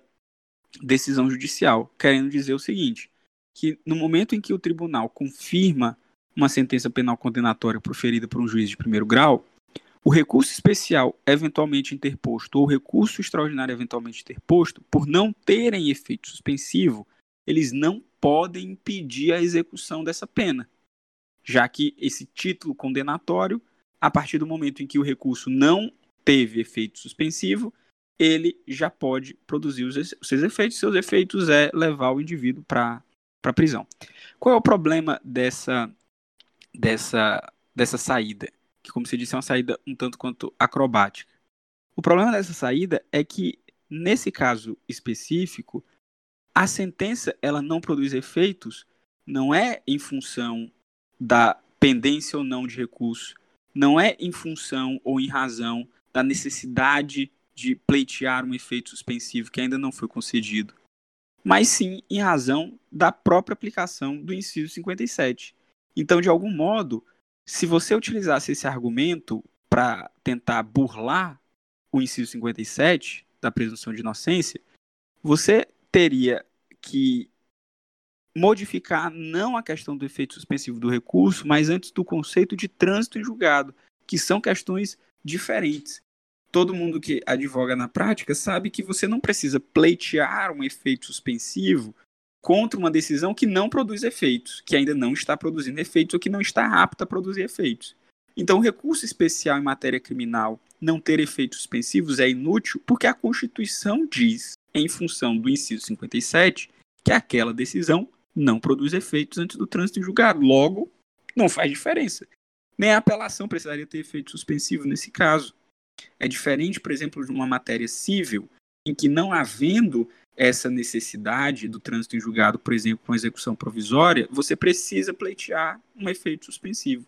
decisão judicial. Querendo dizer o seguinte, que no momento em que o tribunal confirma uma sentença penal condenatória proferida por um juiz de primeiro grau, o recurso especial eventualmente interposto ou o recurso extraordinário eventualmente interposto, por não terem efeito suspensivo, eles não podem impedir a execução dessa pena, já que esse título condenatório, a partir do momento em que o recurso não teve efeito suspensivo, ele já pode produzir os seus efeitos. Seus efeitos é levar o indivíduo para a prisão. Qual é o problema dessa saída? Que, como você disse, é uma saída um tanto quanto acrobática. O problema dessa saída é que, nesse caso específico, a sentença ela não produz efeitos, não é em função da pendência ou não de recurso, não é em função ou em razão da necessidade de pleitear um efeito suspensivo que ainda não foi concedido, mas sim em razão da própria aplicação do inciso 57. Então, de algum modo, se você utilizasse esse argumento para tentar burlar o inciso 57 da presunção de inocência, você teria que modificar não a questão do efeito suspensivo do recurso, mas antes do conceito de trânsito em julgado, que são questões diferentes. Todo mundo que advoga na prática sabe que você não precisa pleitear um efeito suspensivo contra uma decisão que não produz efeitos, que ainda não está produzindo efeitos ou que não está apta a produzir efeitos. Então, o recurso especial em matéria criminal não ter efeitos suspensivos é inútil porque a Constituição diz, em função do inciso 57, que aquela decisão não produz efeitos antes do trânsito em julgado. Logo, não faz diferença. Nem a apelação precisaria ter efeito suspensivo nesse caso. É diferente, por exemplo, de uma matéria civil, em que não havendo essa necessidade do trânsito em julgado, por exemplo, com execução provisória, você precisa pleitear um efeito suspensivo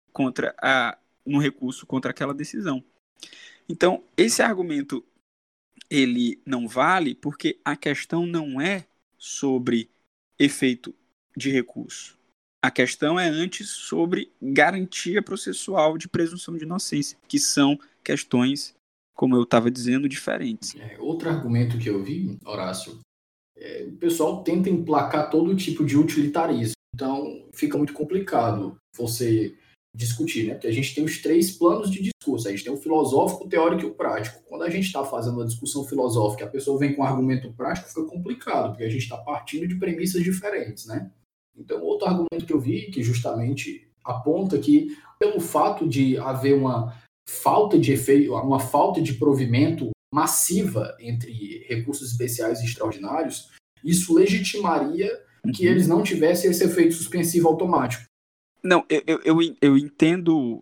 no recurso contra aquela decisão. Então, esse argumento ele não vale porque a questão não é sobre efeito de recurso. A questão é antes sobre garantia processual de presunção de inocência, que são questões, como eu estava dizendo, diferentes. Outro argumento que eu vi, Horácio, o pessoal tenta emplacar todo tipo de utilitarismo. Então, fica muito complicado você discutir, né? Porque a gente tem os 3 planos de discurso. A gente tem o filosófico, o teórico e o prático. Quando a gente está fazendo uma discussão filosófica e a pessoa vem com um argumento prático, fica complicado, porque a gente está partindo de premissas diferentes, né? Então, outro argumento que eu vi, que justamente aponta que, pelo fato de haver uma falta de efeito, uma falta de provimento massiva entre recursos especiais e extraordinários, isso legitimaria que eles não tivessem esse efeito suspensivo automático. Não, eu entendo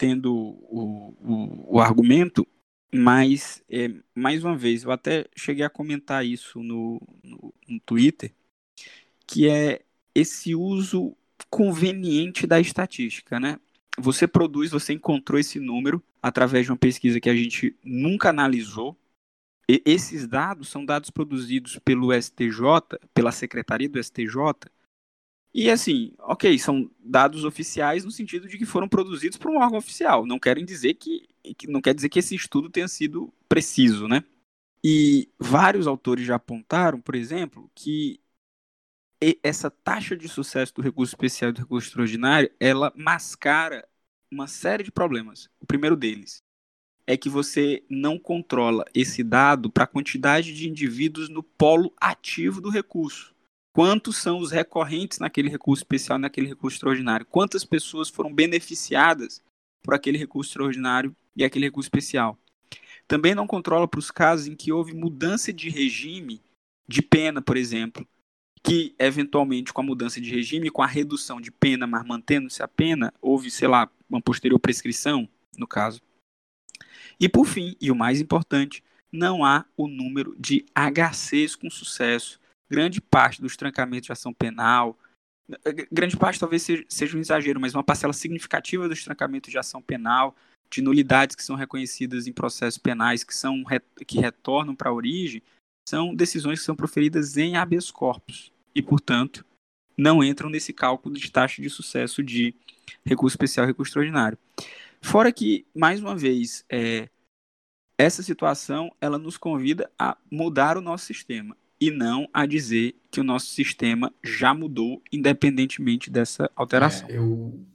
o argumento, mas, mais uma vez, eu até cheguei a comentar isso no Twitter, que é esse uso conveniente da estatística, né? Você encontrou esse número através de uma pesquisa que a gente nunca analisou. Esses dados são dados produzidos pelo STJ, pela Secretaria do STJ, e assim, ok, são dados oficiais no sentido de que foram produzidos por um órgão oficial. Não quer dizer que esse estudo tenha sido preciso, né? E vários autores já apontaram, por exemplo, que essa taxa de sucesso do recurso especial e do recurso extraordinário, ela mascara uma série de problemas. O primeiro deles é que você não controla esse dado para a quantidade de indivíduos no polo ativo do recurso. Quantos são os recorrentes naquele recurso especial e naquele recurso extraordinário? Quantas pessoas foram beneficiadas por aquele recurso extraordinário e aquele recurso especial? Também não controla para os casos em que houve mudança de regime de pena, por exemplo, que eventualmente com a mudança de regime, com a redução de pena, mas mantendo-se a pena, houve, sei lá, uma posterior prescrição, no caso. E por fim, e o mais importante, não há o número de HCs com sucesso. Grande parte dos trancamentos de ação penal, grande parte talvez seja um exagero, mas uma parcela significativa dos trancamentos de ação penal, de nulidades que são reconhecidas em processos penais, que retornam para a origem, são decisões que são proferidas em habeas corpus e, portanto, não entram nesse cálculo de taxa de sucesso de recurso especial e recurso extraordinário. Fora que, mais uma vez, essa situação ela nos convida a mudar o nosso sistema e não a dizer que o nosso sistema já mudou independentemente dessa alteração. Eu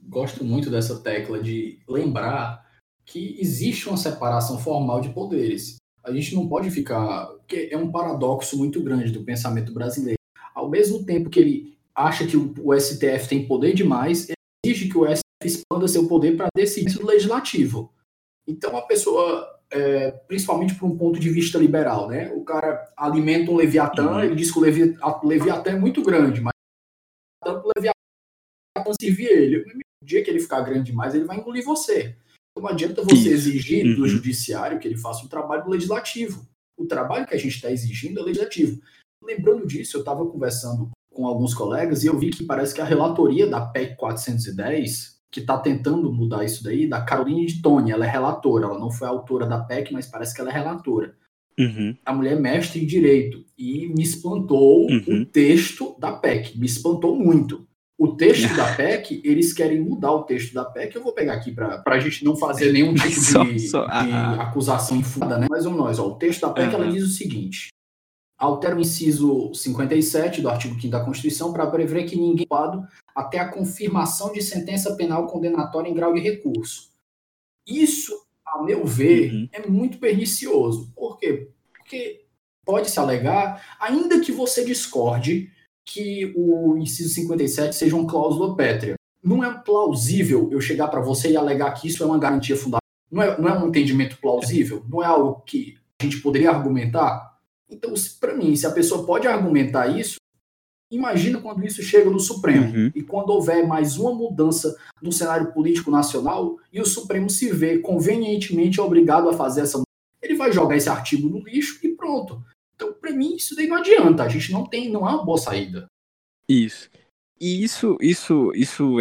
gosto muito dessa tecla de lembrar que existe uma separação formal de poderes. A gente não pode ficar... Porque é um paradoxo muito grande do pensamento brasileiro. Ao mesmo tempo que ele acha que o STF tem poder demais, ele exige que o STF expanda seu poder para decidir o legislativo. Então, a pessoa, principalmente por um ponto de vista liberal, né? O cara alimenta um Leviatã, ele diz que o Leviatã é muito grande, mas tanto o Leviatã servir ele. No dia que ele ficar grande demais, ele vai engolir você. Então, não adianta você exigir do judiciário que ele faça um trabalho legislativo. O trabalho que a gente está exigindo é legislativo. Lembrando disso, eu estava conversando com alguns colegas e eu vi que parece que a relatoria da PEC 410, que está tentando mudar isso daí, da Caroline de Toni, ela é relatora, ela não foi autora da PEC, mas parece que ela é relatora. A mulher é mestre em Direito e me espantou o texto da PEC, me espantou muito. O texto da PEC, eles querem mudar o texto da PEC, eu vou pegar aqui para a gente não fazer nenhum tipo de acusação infundada, né? Mas vamos nós, o texto da PEC, ela diz o seguinte: altera o inciso 57 do artigo 5º da Constituição para prever que ninguém é culpado até a confirmação de sentença penal condenatória em grau de recurso. Isso, a meu ver, é muito pernicioso. Por quê? Porque pode-se alegar, ainda que você discorde que o inciso 57 seja uma cláusula pétrea. Não é plausível eu chegar para você e alegar que isso é uma garantia fundamental. Não é um entendimento plausível? Não é algo que a gente poderia argumentar? Então, para mim, se a pessoa pode argumentar isso, imagina quando isso chega no Supremo. E quando houver mais uma mudança no cenário político nacional e o Supremo se vê convenientemente obrigado a fazer essa mudança, ele vai jogar esse artigo no lixo e pronto. Então, para mim, isso daí não adianta. A gente não é uma boa saída. Isso. E isso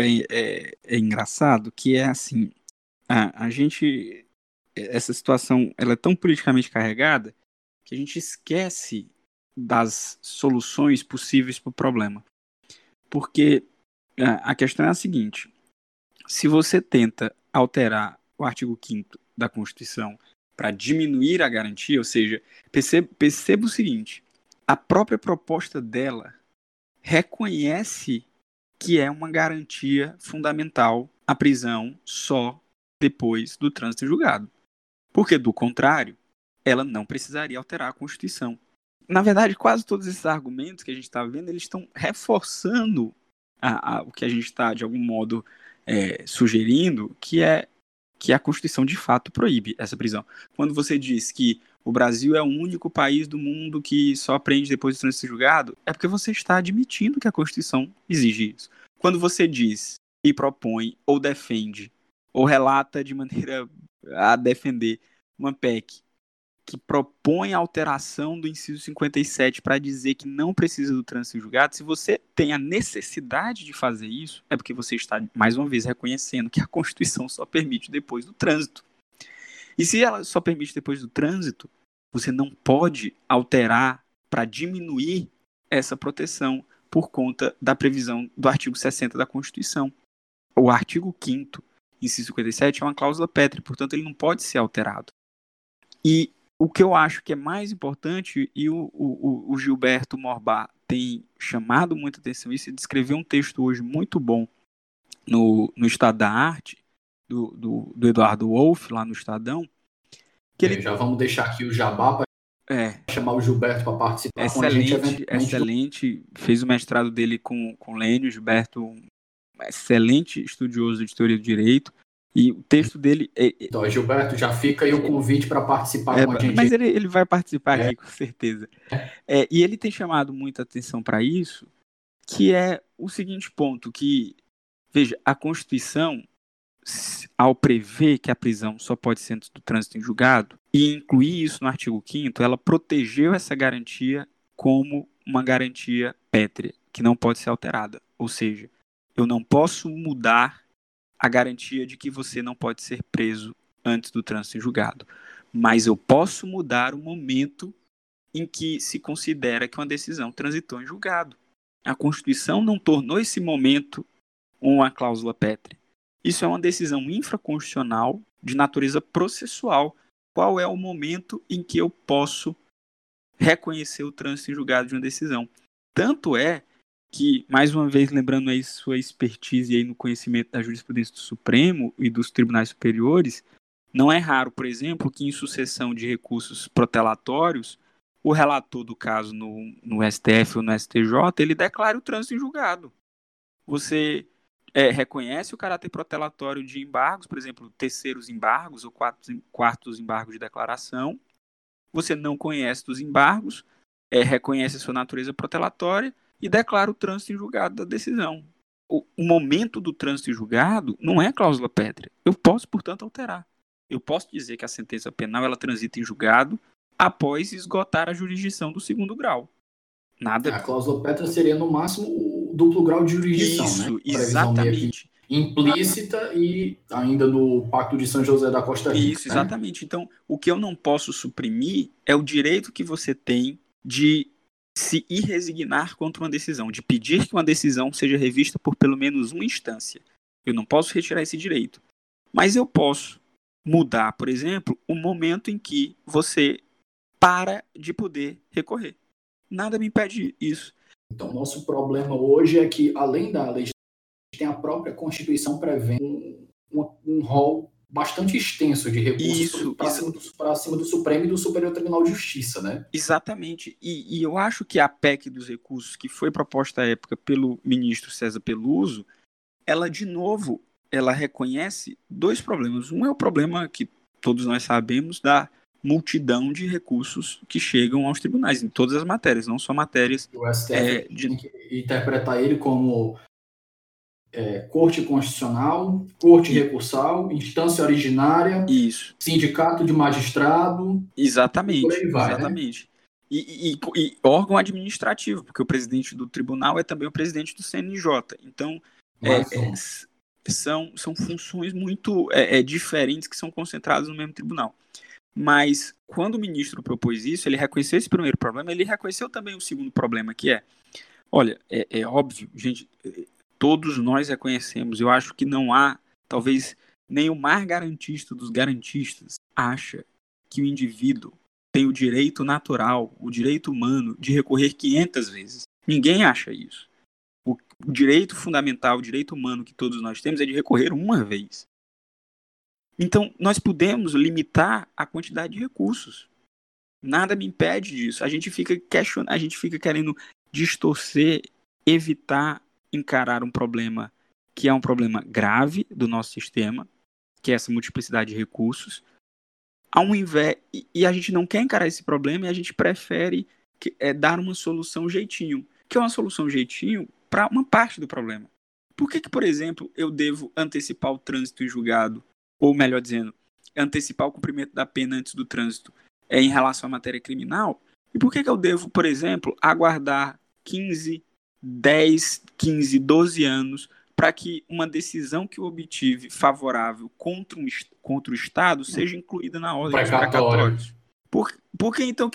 é engraçado, que é assim, a gente, essa situação, ela é tão politicamente carregada que a gente esquece das soluções possíveis para o problema. Porque a questão é a seguinte: se você tenta alterar o artigo 5º da Constituição para diminuir a garantia, ou seja, perceba o seguinte, a própria proposta dela reconhece que é uma garantia fundamental a prisão só depois do trânsito em julgado. Porque, do contrário, ela não precisaria alterar a Constituição. Na verdade, quase todos esses argumentos que a gente está vendo, eles estão reforçando o que a gente está, de algum modo, sugerindo, que a Constituição, de fato, proíbe essa prisão. Quando você diz que o Brasil é o único país do mundo que só prende depois do trânsito julgado, é porque você está admitindo que a Constituição exige isso. Quando você diz e propõe, ou defende, ou relata de maneira a defender uma PEC que propõe a alteração do inciso 57 para dizer que não precisa do trânsito julgado, se você tem a necessidade de fazer isso, é porque você está, mais uma vez, reconhecendo que a Constituição só permite depois do trânsito. E se ela só permite depois do trânsito, você não pode alterar para diminuir essa proteção por conta da previsão do artigo 60 da Constituição. O artigo 5º, inciso 57, é uma cláusula pétrea, portanto, ele não pode ser alterado. E o que eu acho que é mais importante, e o Gilberto Morbá tem chamado muita atenção isso, ele descreveu um texto hoje muito bom no Estado da Arte, do Eduardo Wolff, lá no Estadão. Que já vamos deixar aqui o jabá para chamar o Gilberto para participar excelente, com a gente. Excelente, fez o mestrado dele com Lênio, Gilberto, um excelente estudioso de teoria do direito. E o texto dele... Então, Gilberto, já fica aí o convite para participar com a gente. Mas ele vai participar aqui, com certeza. E ele tem chamado muita atenção para isso, que é o seguinte ponto, que, veja, a Constituição, ao prever que a prisão só pode ser antes do trânsito em julgado, e incluir isso no artigo 5º, ela protegeu essa garantia como uma garantia pétrea, que não pode ser alterada. Ou seja, eu não posso mudar a garantia de que você não pode ser preso antes do trânsito em julgado. Mas eu posso mudar o momento em que se considera que uma decisão transitou em julgado. A Constituição não tornou esse momento uma cláusula pétrea. Isso é uma decisão infraconstitucional de natureza processual. Qual é o momento em que eu posso reconhecer o trânsito em julgado de uma decisão? Tanto é que, mais uma vez, lembrando aí sua expertise aí no conhecimento da jurisprudência do Supremo e dos tribunais superiores, não é raro, por exemplo, que em sucessão de recursos protelatórios, o relator do caso no STF ou no STJ, ele declara o trânsito em julgado. Você reconhece o caráter protelatório de embargos, por exemplo, terceiros embargos ou quartos embargos de declaração. Você não conhece dos embargos, reconhece a sua natureza protelatória e declara o trânsito em julgado da decisão. O momento do trânsito em julgado não é cláusula pétrea. Eu posso, portanto, alterar. Eu posso dizer que a sentença penal ela transita em julgado após esgotar a jurisdição do segundo grau. Nada. A cláusula pétrea seria, no máximo, o duplo grau de jurisdição, isso, né? Exatamente. Implícita e ainda do Pacto de São José da Costa Rica. Isso, exatamente. Né? Então, o que eu não posso suprimir é o direito que você tem de se irresignar contra uma decisão, de pedir que uma decisão seja revista por pelo menos uma instância. Eu não posso retirar esse direito. Mas eu posso mudar, por exemplo, o momento em que você para de poder recorrer. Nada me impede isso. Então, nosso problema hoje é que, além da legislação, tem a própria Constituição prevendo um rol bastante extenso de recursos para cima do Supremo e do Superior Tribunal de Justiça, né? Exatamente. E eu acho que a PEC dos recursos, que foi proposta à época pelo ministro César Peluso, ela, de novo, ela reconhece dois problemas. Um é o problema que todos nós sabemos da multidão de recursos que chegam aos tribunais, em todas as matérias, não só matérias... O STF tem que interpretar ele como Corte Constitucional, Corte Recursal, Instância Originária, isso. Sindicato de Magistrado. Exatamente. Por aí vai, exatamente. Né? E órgão administrativo, porque o presidente do tribunal é também o presidente do CNJ. Então, são funções muito diferentes que são concentradas no mesmo tribunal. Mas, quando o ministro propôs isso, ele reconheceu esse primeiro problema, ele reconheceu também o segundo problema, que olha, é óbvio, gente... Todos nós reconhecemos, eu acho que não há, talvez nem o mais garantista dos garantistas acha que o indivíduo tem o direito natural, o direito humano de recorrer 500 vezes. Ninguém acha isso. O direito fundamental, o direito humano que todos nós temos é de recorrer uma vez. Então, nós podemos limitar a quantidade de recursos. Nada me impede disso. A gente fica questionando, a gente fica querendo distorcer, evitar encarar um problema que é um problema grave do nosso sistema, que é essa multiplicidade de recursos, e a gente não quer encarar esse problema e a gente prefere dar uma solução jeitinho, que é uma solução jeitinho para uma parte do problema. Por que, por exemplo, eu devo antecipar o trânsito em julgado, ou melhor dizendo, antecipar o cumprimento da pena antes do trânsito em relação à matéria criminal? E por que eu devo, por exemplo, aguardar 10, 15, 12 anos para que uma decisão que eu obtive favorável contra o Estado seja incluída na ordem dos precatórios? Por que então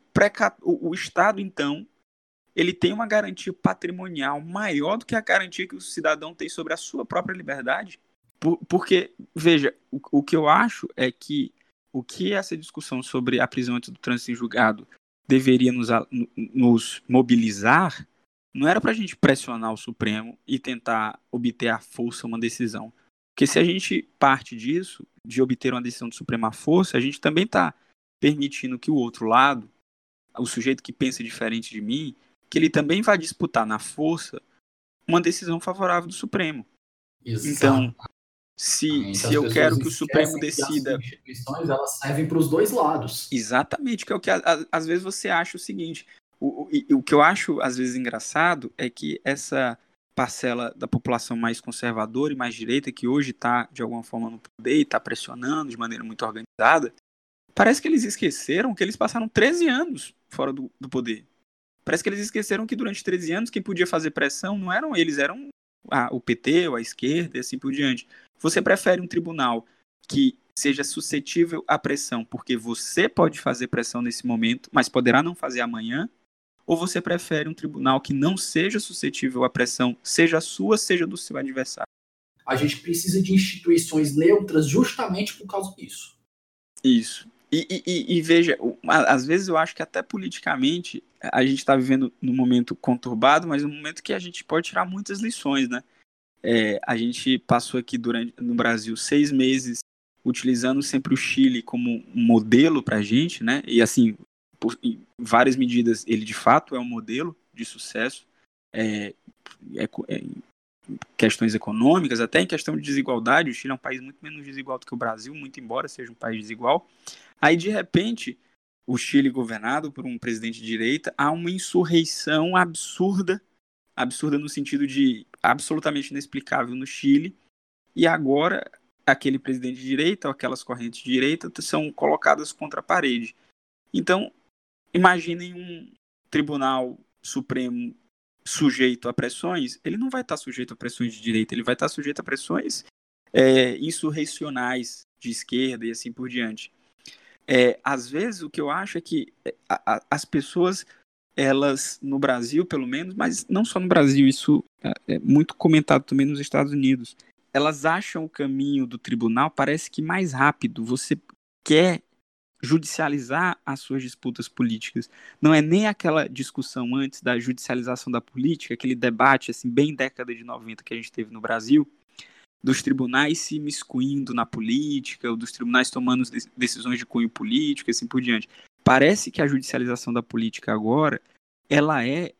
o Estado, então, ele tem uma garantia patrimonial maior do que a garantia que o cidadão tem sobre a sua própria liberdade? Porque, veja, o que eu acho é que o que essa discussão sobre a prisão antes do trânsito em julgado deveria nos mobilizar não era para a gente pressionar o Supremo e tentar obter à força uma decisão. Porque se a gente parte disso, de obter uma decisão do Supremo à força, a gente também está permitindo que o outro lado, o sujeito que pensa diferente de mim, que ele também vai disputar na força uma decisão favorável do Supremo. Exato. Então, se eu quero que o Supremo decida... As instituições, elas servem para os dois lados. Exatamente, que é o que às vezes você acha o seguinte... O que eu acho, às vezes, engraçado é que essa parcela da população mais conservadora e mais direita, que hoje está, de alguma forma, no poder e está pressionando de maneira muito organizada, parece que eles esqueceram que eles passaram 13 anos fora do poder. Parece que eles esqueceram que durante 13 anos quem podia fazer pressão não eram eles, eram o PT ou a esquerda e assim por diante. Você prefere um tribunal que seja suscetível à pressão porque você pode fazer pressão nesse momento, mas poderá não fazer amanhã? Ou você prefere um tribunal que não seja suscetível à pressão, seja sua, seja do seu adversário? A gente precisa de instituições neutras justamente por causa disso. Isso. E veja, às vezes eu acho que até politicamente a gente está vivendo num momento conturbado, mas um momento que a gente pode tirar muitas lições, né? A gente passou aqui no Brasil 6 meses utilizando sempre o Chile como um modelo para a gente, né? E assim, em várias medidas, ele de fato é um modelo de sucesso, em questões econômicas, até em questão de desigualdade. O Chile é um país muito menos desigual do que o Brasil, muito embora seja um país desigual. Aí, de repente, o Chile governado por um presidente de direita, há uma insurreição absurda no sentido de absolutamente inexplicável no Chile, e agora aquele presidente de direita, ou aquelas correntes de direita, são colocadas contra a parede. Então, imaginem um tribunal supremo sujeito a pressões. Ele não vai estar sujeito a pressões de direita, ele vai estar sujeito a pressões insurrecionais de esquerda e assim por diante. Às vezes, o que eu acho é que as pessoas, elas, no Brasil, pelo menos, mas não só no Brasil, isso é muito comentado também nos Estados Unidos, elas acham o caminho do tribunal, parece que mais rápido. Você quer judicializar as suas disputas políticas. Não é nem aquela discussão antes da judicialização da política, aquele debate assim, bem década de 90 que a gente teve no Brasil, dos tribunais se imiscuindo na política, ou dos tribunais tomando decisões de cunho político e assim por diante. Parece que a judicialização da política agora, ela é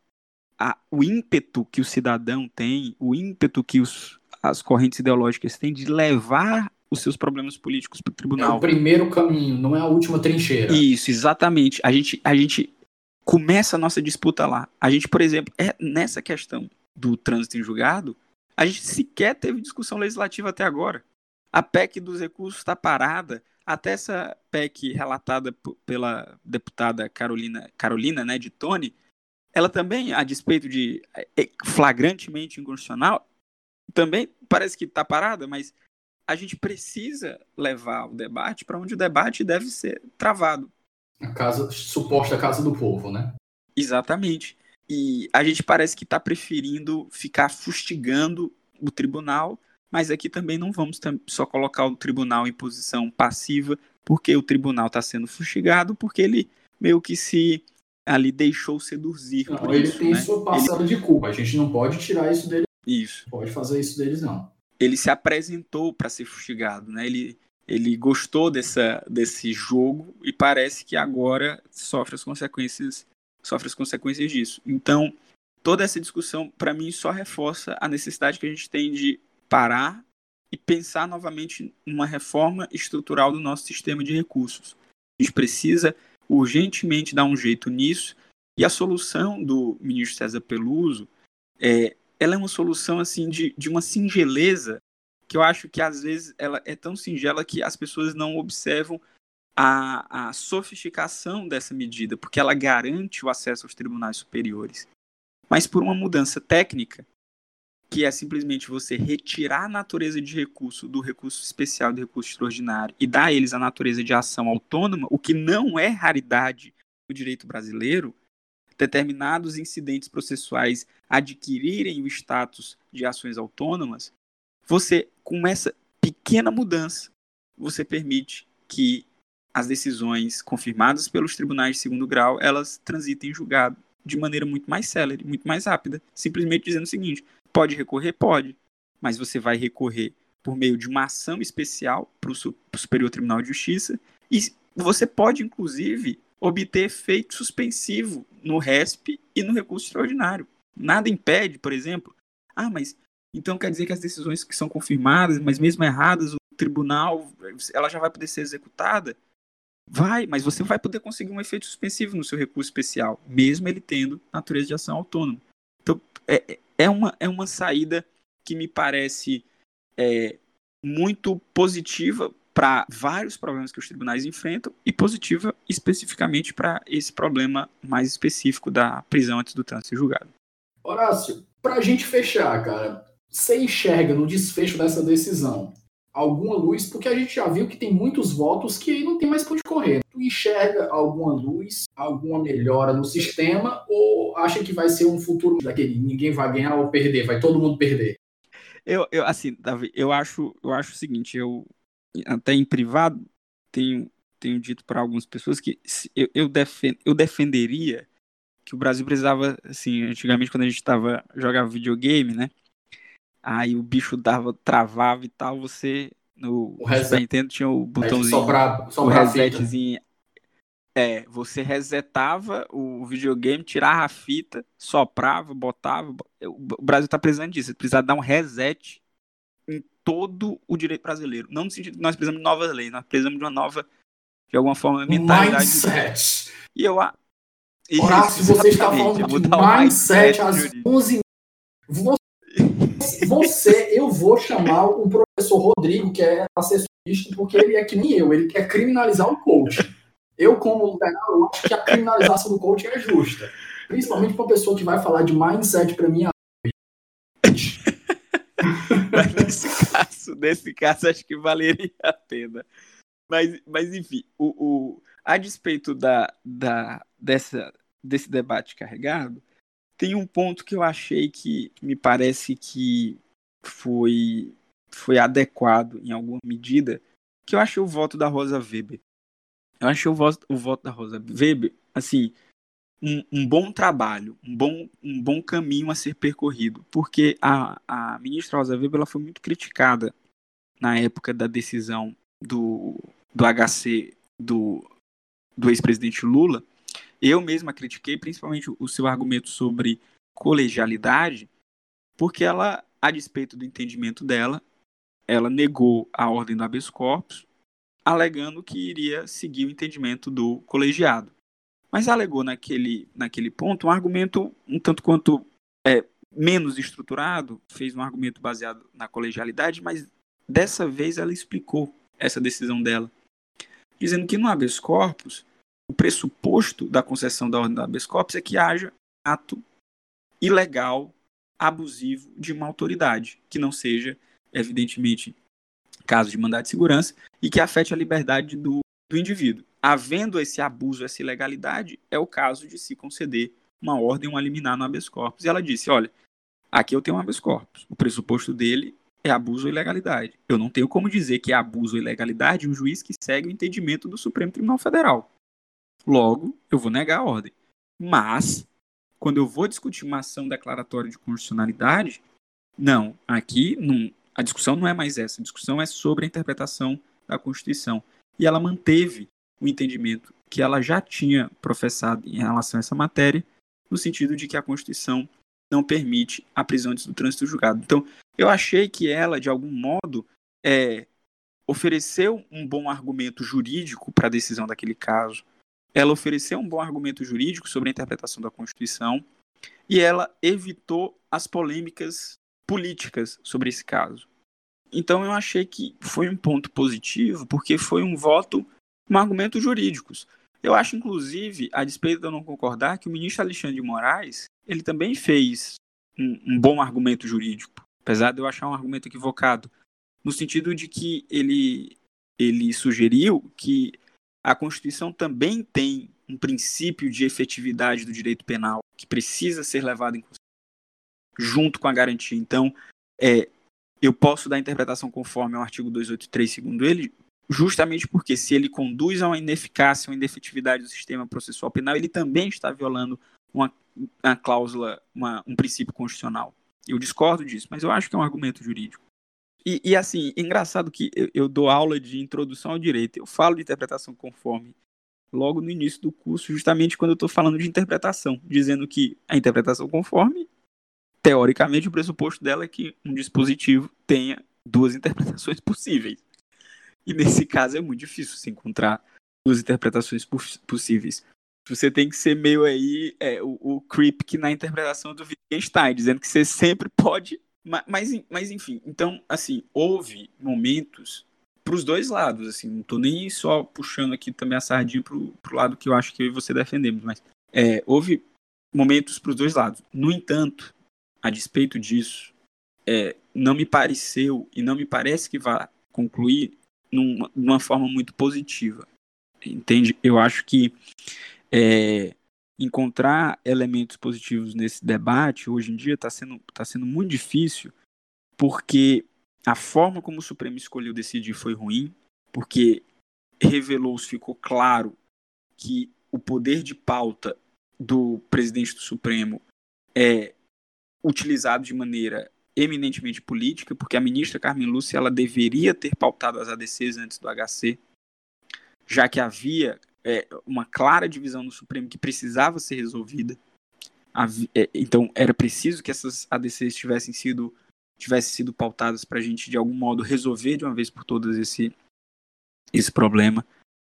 o ímpeto que o cidadão tem, o ímpeto que as correntes ideológicas têm de levar os seus problemas políticos para o tribunal. É o primeiro caminho, não é a última trincheira. Isso, exatamente. A gente começa a nossa disputa lá. A gente, por exemplo, nessa questão do trânsito em julgado, a gente sequer teve discussão legislativa até agora. A PEC dos recursos está parada. Até essa PEC relatada pela deputada Carolina, né, de Tony, ela também, a despeito de flagrantemente inconstitucional, também parece que está parada, mas a gente precisa levar o debate para onde o debate deve ser travado. Suposta casa do povo, né? Exatamente. E a gente parece que está preferindo ficar fustigando o tribunal, mas aqui também não vamos só colocar o tribunal em posição passiva, porque o tribunal está sendo fustigado, porque ele meio que se ali deixou seduzir por ele isso. Ele tem sua parcela de culpa, a gente não pode tirar isso dele. Isso. Não pode fazer isso deles, não. Ele se apresentou para ser fustigado, né? Ele gostou desse jogo e parece que agora sofre as consequências disso. Então, toda essa discussão, para mim, só reforça a necessidade que a gente tem de parar e pensar novamente numa reforma estrutural do nosso sistema de recursos. A gente precisa urgentemente dar um jeito nisso, e a solução do ministro César Peluso ela é uma solução assim de uma singeleza que eu acho que às vezes ela é tão singela que as pessoas não observam a sofisticação dessa medida, porque ela garante o acesso aos tribunais superiores. Mas por uma mudança técnica, que é simplesmente você retirar a natureza de recurso do recurso especial e do recurso extraordinário e dar a eles a natureza de ação autônoma, o que não é raridade no direito brasileiro, determinados incidentes processuais adquirirem o status de ações autônomas, você, com essa pequena mudança, você permite que as decisões confirmadas pelos tribunais de segundo grau, elas transitem em julgado de maneira muito mais célere, muito mais rápida, simplesmente dizendo o seguinte: pode recorrer? Pode, mas você vai recorrer por meio de uma ação especial para o Superior Tribunal de Justiça, e você pode, inclusive, obter efeito suspensivo no RESP e no recurso extraordinário. Nada impede, por exemplo, mas então quer dizer que as decisões que são confirmadas, mas mesmo erradas, o tribunal, ela já vai poder ser executada? Vai, mas você vai poder conseguir um efeito suspensivo no seu recurso especial, mesmo ele tendo natureza de ação autônoma. Então, é uma saída que me parece muito positiva para vários problemas que os tribunais enfrentam e positiva especificamente para esse problema mais específico da prisão antes do trânsito julgado. Horácio, para a gente fechar, cara, você enxerga no desfecho dessa decisão alguma luz? Porque a gente já viu que tem muitos votos que aí não tem mais para onde correr. Tu enxerga alguma luz, alguma melhora no sistema, ou acha que vai ser um futuro daquele ninguém vai ganhar ou perder, vai todo mundo perder? Assim, Davi, eu acho o seguinte, eu até em privado tenho dito para algumas pessoas que eu defenderia que o Brasil precisava, assim, antigamente quando a gente jogava videogame, né? Aí o bicho travava e tal, no O Super reset, Nintendo tinha o botãozinho, soprar, o soprar a fita. resetzinho. Você resetava o videogame, tirava a fita, soprava, botava. O Brasil tá precisando disso, precisa dar um reset em todo o direito brasileiro. Não no sentido que nós precisamos de novas leis, nós precisamos de uma nova, de alguma forma, mentalidade jurídica. Mindset. E eu. Isso, Horácio, você está exatamente. falando de Mudar o mindset mindset às jurídico. 11. Eu vou chamar o professor Rodrigo, que é assessorista, porque ele é que nem eu, ele quer criminalizar o coach. Eu, como liberal, eu acho que a criminalização do coach é justa. Principalmente para uma pessoa que vai falar de mindset para mim. Mas nesse caso, acho que valeria a pena. Mas enfim, a despeito desse debate carregado, tem um ponto que eu achei que me parece que foi adequado em alguma medida, que eu achei o voto da Rosa Weber. Eu achei o voto da Rosa Weber, assim, um bom trabalho, um bom caminho a ser percorrido, porque a ministra Rosa Weber ela foi muito criticada na época da decisão do HC do ex-presidente Lula. Eu mesma critiquei principalmente o seu argumento sobre colegialidade, porque ela, a despeito do entendimento dela, ela negou a ordem do habeas corpus, alegando que iria seguir o entendimento do colegiado. Mas alegou naquele ponto um argumento um tanto quanto menos estruturado, fez um argumento baseado na colegialidade, mas dessa vez ela explicou essa decisão dela, dizendo que no habeas corpus, o pressuposto da concessão da ordem do habeas corpus é que haja ato ilegal, abusivo de uma autoridade, que não seja, evidentemente, caso de mandado de segurança, e que afete a liberdade do indivíduo. Havendo esse abuso, essa ilegalidade, é o caso de se conceder uma ordem, uma liminar no habeas corpus. E ela disse, olha, aqui eu tenho um habeas corpus, o pressuposto dele é abuso ou ilegalidade. Eu não tenho como dizer que é abuso ou ilegalidade um juiz que segue o entendimento do Supremo Tribunal Federal. Logo, eu vou negar a ordem. Mas, quando eu vou discutir uma ação declaratória de constitucionalidade, não, aqui a discussão não é mais essa, a discussão é sobre a interpretação da Constituição. E ela manteve o entendimento que ela já tinha professado em relação a essa matéria, no sentido de que a Constituição não permite a prisão antes do trânsito julgado. Então, eu achei que ela, de algum modo, ofereceu um bom argumento jurídico para a decisão daquele caso. Ela ofereceu um bom argumento jurídico sobre a interpretação da Constituição e ela evitou as polêmicas políticas sobre esse caso. Então, eu achei que foi um ponto positivo, porque foi um voto com argumentos jurídicos. Eu acho, inclusive, a despeito de eu não concordar, que o ministro Alexandre de Moraes, ele também fez um bom argumento jurídico, apesar de eu achar um argumento equivocado, no sentido de que ele sugeriu que a Constituição também tem um princípio de efetividade do direito penal que precisa ser levado em consideração junto com a garantia. Então, eu posso dar interpretação conforme ao artigo 283, segundo ele, justamente porque se ele conduz a uma ineficácia, uma inefetividade do sistema processual penal, ele também está violando uma cláusula, um princípio constitucional. Eu discordo disso, mas eu acho que é um argumento jurídico. E assim, engraçado que eu dou aula de introdução ao direito, eu falo de interpretação conforme logo no início do curso, justamente quando eu estou falando de interpretação, dizendo que a interpretação conforme, teoricamente, o pressuposto dela é que um dispositivo tenha duas interpretações possíveis. E nesse caso é muito difícil se encontrar duas interpretações possíveis. Você tem que ser meio aí o Kripke na interpretação do Wittgenstein, dizendo que você sempre pode... Mas enfim, então, assim, houve momentos para os dois lados, assim, não estou nem só puxando aqui também a sardinha pro lado que eu acho que eu e você defendemos, mas houve momentos para os dois lados. No entanto, a despeito disso, não me pareceu e não me parece que vá concluir numa forma muito positiva, entende? Eu acho que encontrar elementos positivos nesse debate hoje em dia está sendo muito difícil, porque a forma como o Supremo escolheu decidir foi ruim, porque ficou claro que o poder de pauta do presidente do Supremo é utilizado de maneira eminentemente política, porque a ministra Carmen Lúcia ela deveria ter pautado as ADCs antes do HC, já que havia uma clara divisão no Supremo que precisava ser resolvida. Então, era preciso que essas ADCs tivessem sido pautadas para a gente, de algum modo, resolver de uma vez por todas esse problema.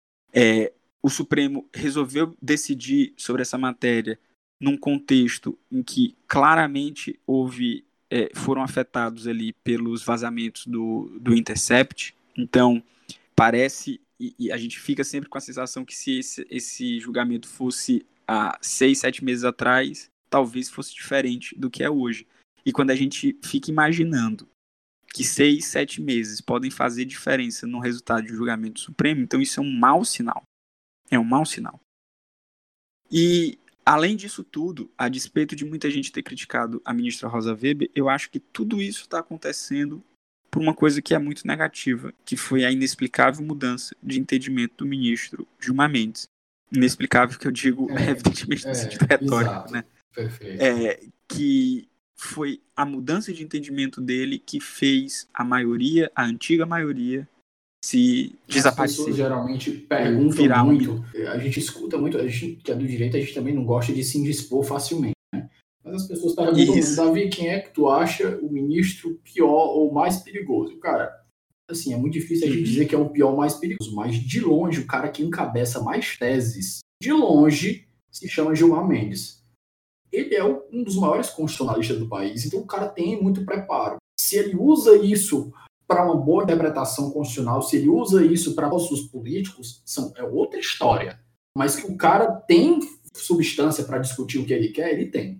O Supremo resolveu decidir sobre essa matéria num contexto em que claramente foram afetados ali pelos vazamentos do Intercept. Então, parece, e a gente fica sempre com a sensação que se esse julgamento fosse há 6, 7 meses atrás, talvez fosse diferente do que é hoje. E quando a gente fica imaginando que 6, 7 meses podem fazer diferença no resultado de um julgamento supremo, então isso é um mau sinal. É um mau sinal. E, além disso tudo, a despeito de muita gente ter criticado a ministra Rosa Weber, eu acho que tudo isso está acontecendo por uma coisa que é muito negativa, que foi a inexplicável mudança de entendimento do ministro Gilmar Mendes. Inexplicável que eu digo, evidentemente, no sentido retórico, exato. né? Perfeito. Que foi a mudança de entendimento dele que fez a antiga maioria, se desaparecer. As pessoas geralmente perguntam muito, a gente escuta muito, a gente que é do direito, a gente também não gosta de se indispor facilmente, né? Mas as pessoas perguntam muito, Davi, quem é que tu acha o ministro pior ou mais perigoso? Cara, assim, é muito difícil a gente dizer que é o pior ou mais perigoso, mas de longe, o cara que encabeça mais teses, de longe, se chama Gilmar Mendes. Ele é um dos maiores constitucionalistas do país, então o cara tem muito preparo. Se ele usa isso para uma boa interpretação constitucional, se ele usa isso para postos políticos, é outra história. Mas que o cara tem substância para discutir o que ele quer, ele tem.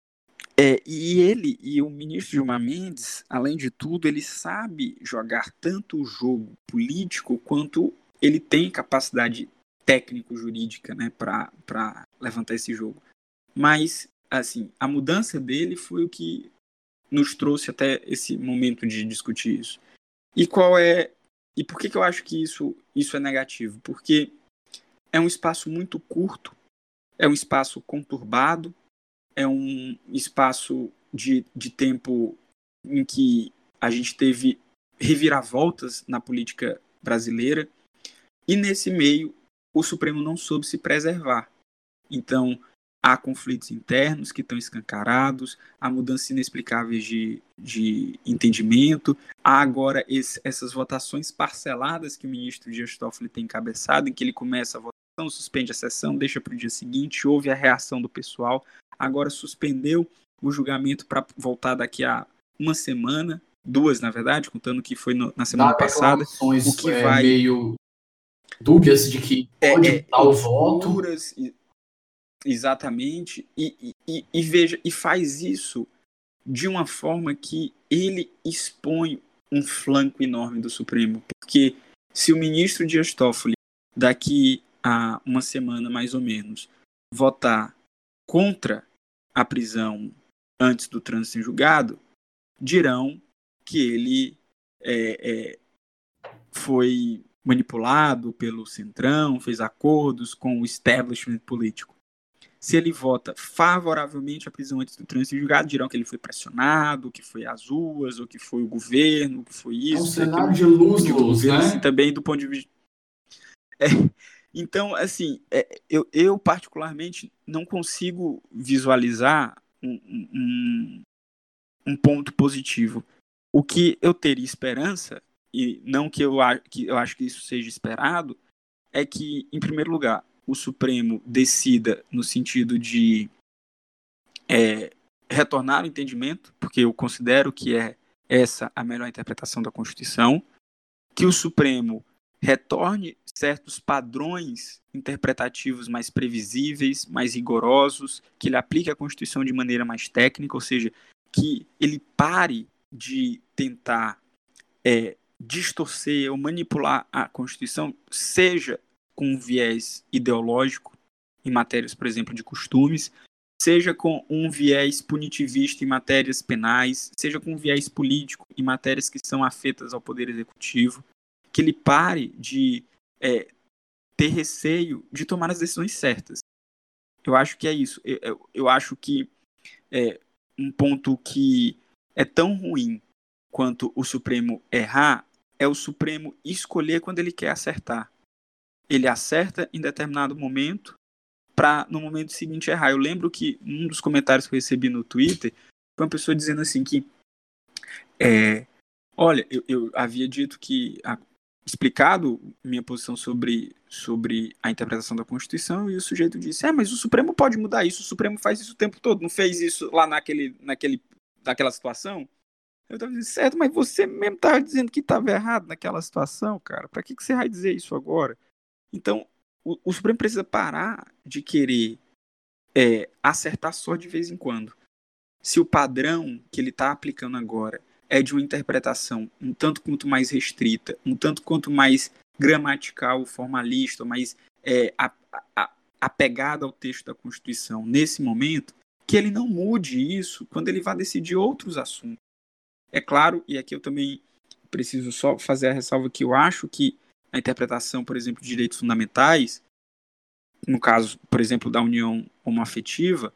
E o ministro Gilmar Mendes, além de tudo, ele sabe jogar tanto o jogo político quanto ele tem capacidade técnico-jurídica, né, para levantar esse jogo. Mas, assim, a mudança dele foi o que nos trouxe até esse momento de discutir isso. E por que eu acho que isso é negativo? Porque é um espaço muito curto, é um espaço conturbado, é um espaço de tempo em que a gente teve reviravoltas na política brasileira, e nesse meio o Supremo não soube se preservar. Então, há conflitos internos que estão escancarados, há mudanças inexplicáveis de entendimento, há agora essas votações parceladas que o ministro Dias Toffoli tem encabeçado, em que ele começa a votação, suspende a sessão, deixa para o dia seguinte, houve a reação do pessoal, agora suspendeu o julgamento para voltar daqui a uma semana, 2, na verdade, contando que foi na semana passada, o que vai meio dúbias de que pode dar o voto. Exatamente, e veja, e faz isso de uma forma que ele expõe um flanco enorme do Supremo, porque se o ministro Dias Toffoli, daqui a uma semana mais ou menos, votar contra a prisão antes do trânsito em julgado, dirão que ele foi manipulado pelo Centrão, fez acordos com o establishment político. Se ele vota favoravelmente à prisão antes do trânsito em julgado, dirão que ele foi pressionado, que foi as ruas, ou que foi o governo, que foi isso. É um cenário de luz, né? Assim, também do ponto de vista... Então, assim, eu particularmente não consigo visualizar um ponto positivo. O que eu teria esperança, e não que eu acho que isso seja esperado, é que, em primeiro lugar, o Supremo decida no sentido de retornar ao entendimento, porque eu considero que é essa a melhor interpretação da Constituição, que o Supremo retorne certos padrões interpretativos mais previsíveis, mais rigorosos, que ele aplique a Constituição de maneira mais técnica, ou seja, que ele pare de tentar distorcer ou manipular a Constituição, seja com um viés ideológico, em matérias, por exemplo, de costumes, seja com um viés punitivista em matérias penais, seja com um viés político em matérias que são afetas ao Poder Executivo, que ele pare de ter receio de tomar as decisões certas. Eu acho que é isso. Eu acho que um ponto que é tão ruim quanto o Supremo errar é o Supremo escolher quando ele quer acertar. Ele acerta em determinado momento para no momento seguinte errar. Eu lembro que um dos comentários que eu recebi no Twitter foi uma pessoa dizendo assim que olha, eu havia dito que explicado minha posição sobre a interpretação da Constituição, e o sujeito disse, mas o Supremo pode mudar isso, o Supremo faz isso o tempo todo, não fez isso lá naquela situação? Eu estava dizendo, certo, mas você mesmo estava dizendo que estava errado naquela situação, cara, para que você vai dizer isso agora? Então, o Supremo precisa parar de querer acertar só de vez em quando. Se o padrão que ele está aplicando agora é de uma interpretação um tanto quanto mais restrita, um tanto quanto mais gramatical, formalista, mais apegada ao texto da Constituição nesse momento, que ele não mude isso quando ele vai decidir outros assuntos. É claro, e aqui eu também preciso só fazer a ressalva que eu acho que a interpretação, por exemplo, de direitos fundamentais, no caso, por exemplo, da união homoafetiva,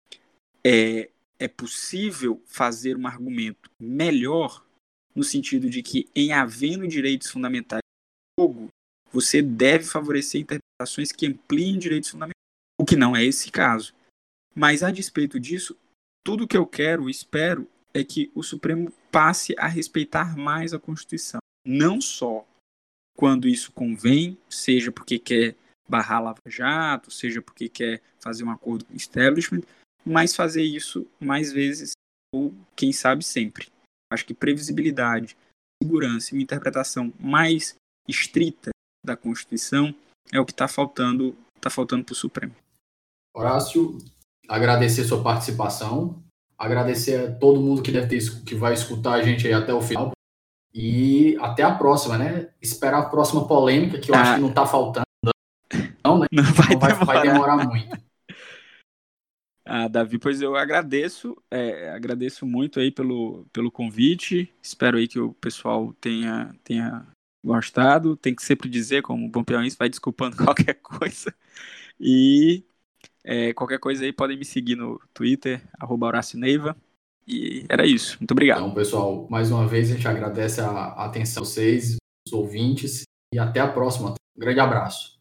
é possível fazer um argumento melhor no sentido de que, em havendo direitos fundamentais em jogo, você deve favorecer interpretações que ampliem direitos fundamentais, o que não é esse caso. Mas, a despeito disso, tudo que eu quero, espero, é que o Supremo passe a respeitar mais a Constituição. Não só quando isso convém, seja porque quer barrar Lava Jato, seja porque quer fazer um acordo com o establishment, mas fazer isso mais vezes, ou quem sabe sempre. Acho que previsibilidade, segurança e uma interpretação mais estrita da Constituição é o que está faltando para o Supremo. Horácio, agradecer sua participação, agradecer a todo mundo que vai escutar a gente aí até o final, e até a próxima, né? Esperar a próxima polêmica, que eu acho que não está faltando, não, né? Não vai demorar muito. Davi, pois eu agradeço muito aí pelo convite, espero aí que o pessoal tenha gostado, tem que sempre dizer, como bom peões, vai desculpando qualquer coisa, e qualquer coisa aí podem me seguir no Twitter, @HorácioNeiva, e era isso, muito obrigado. Então, pessoal, mais uma vez a gente agradece a atenção de vocês, os ouvintes, e até a próxima. Um grande abraço.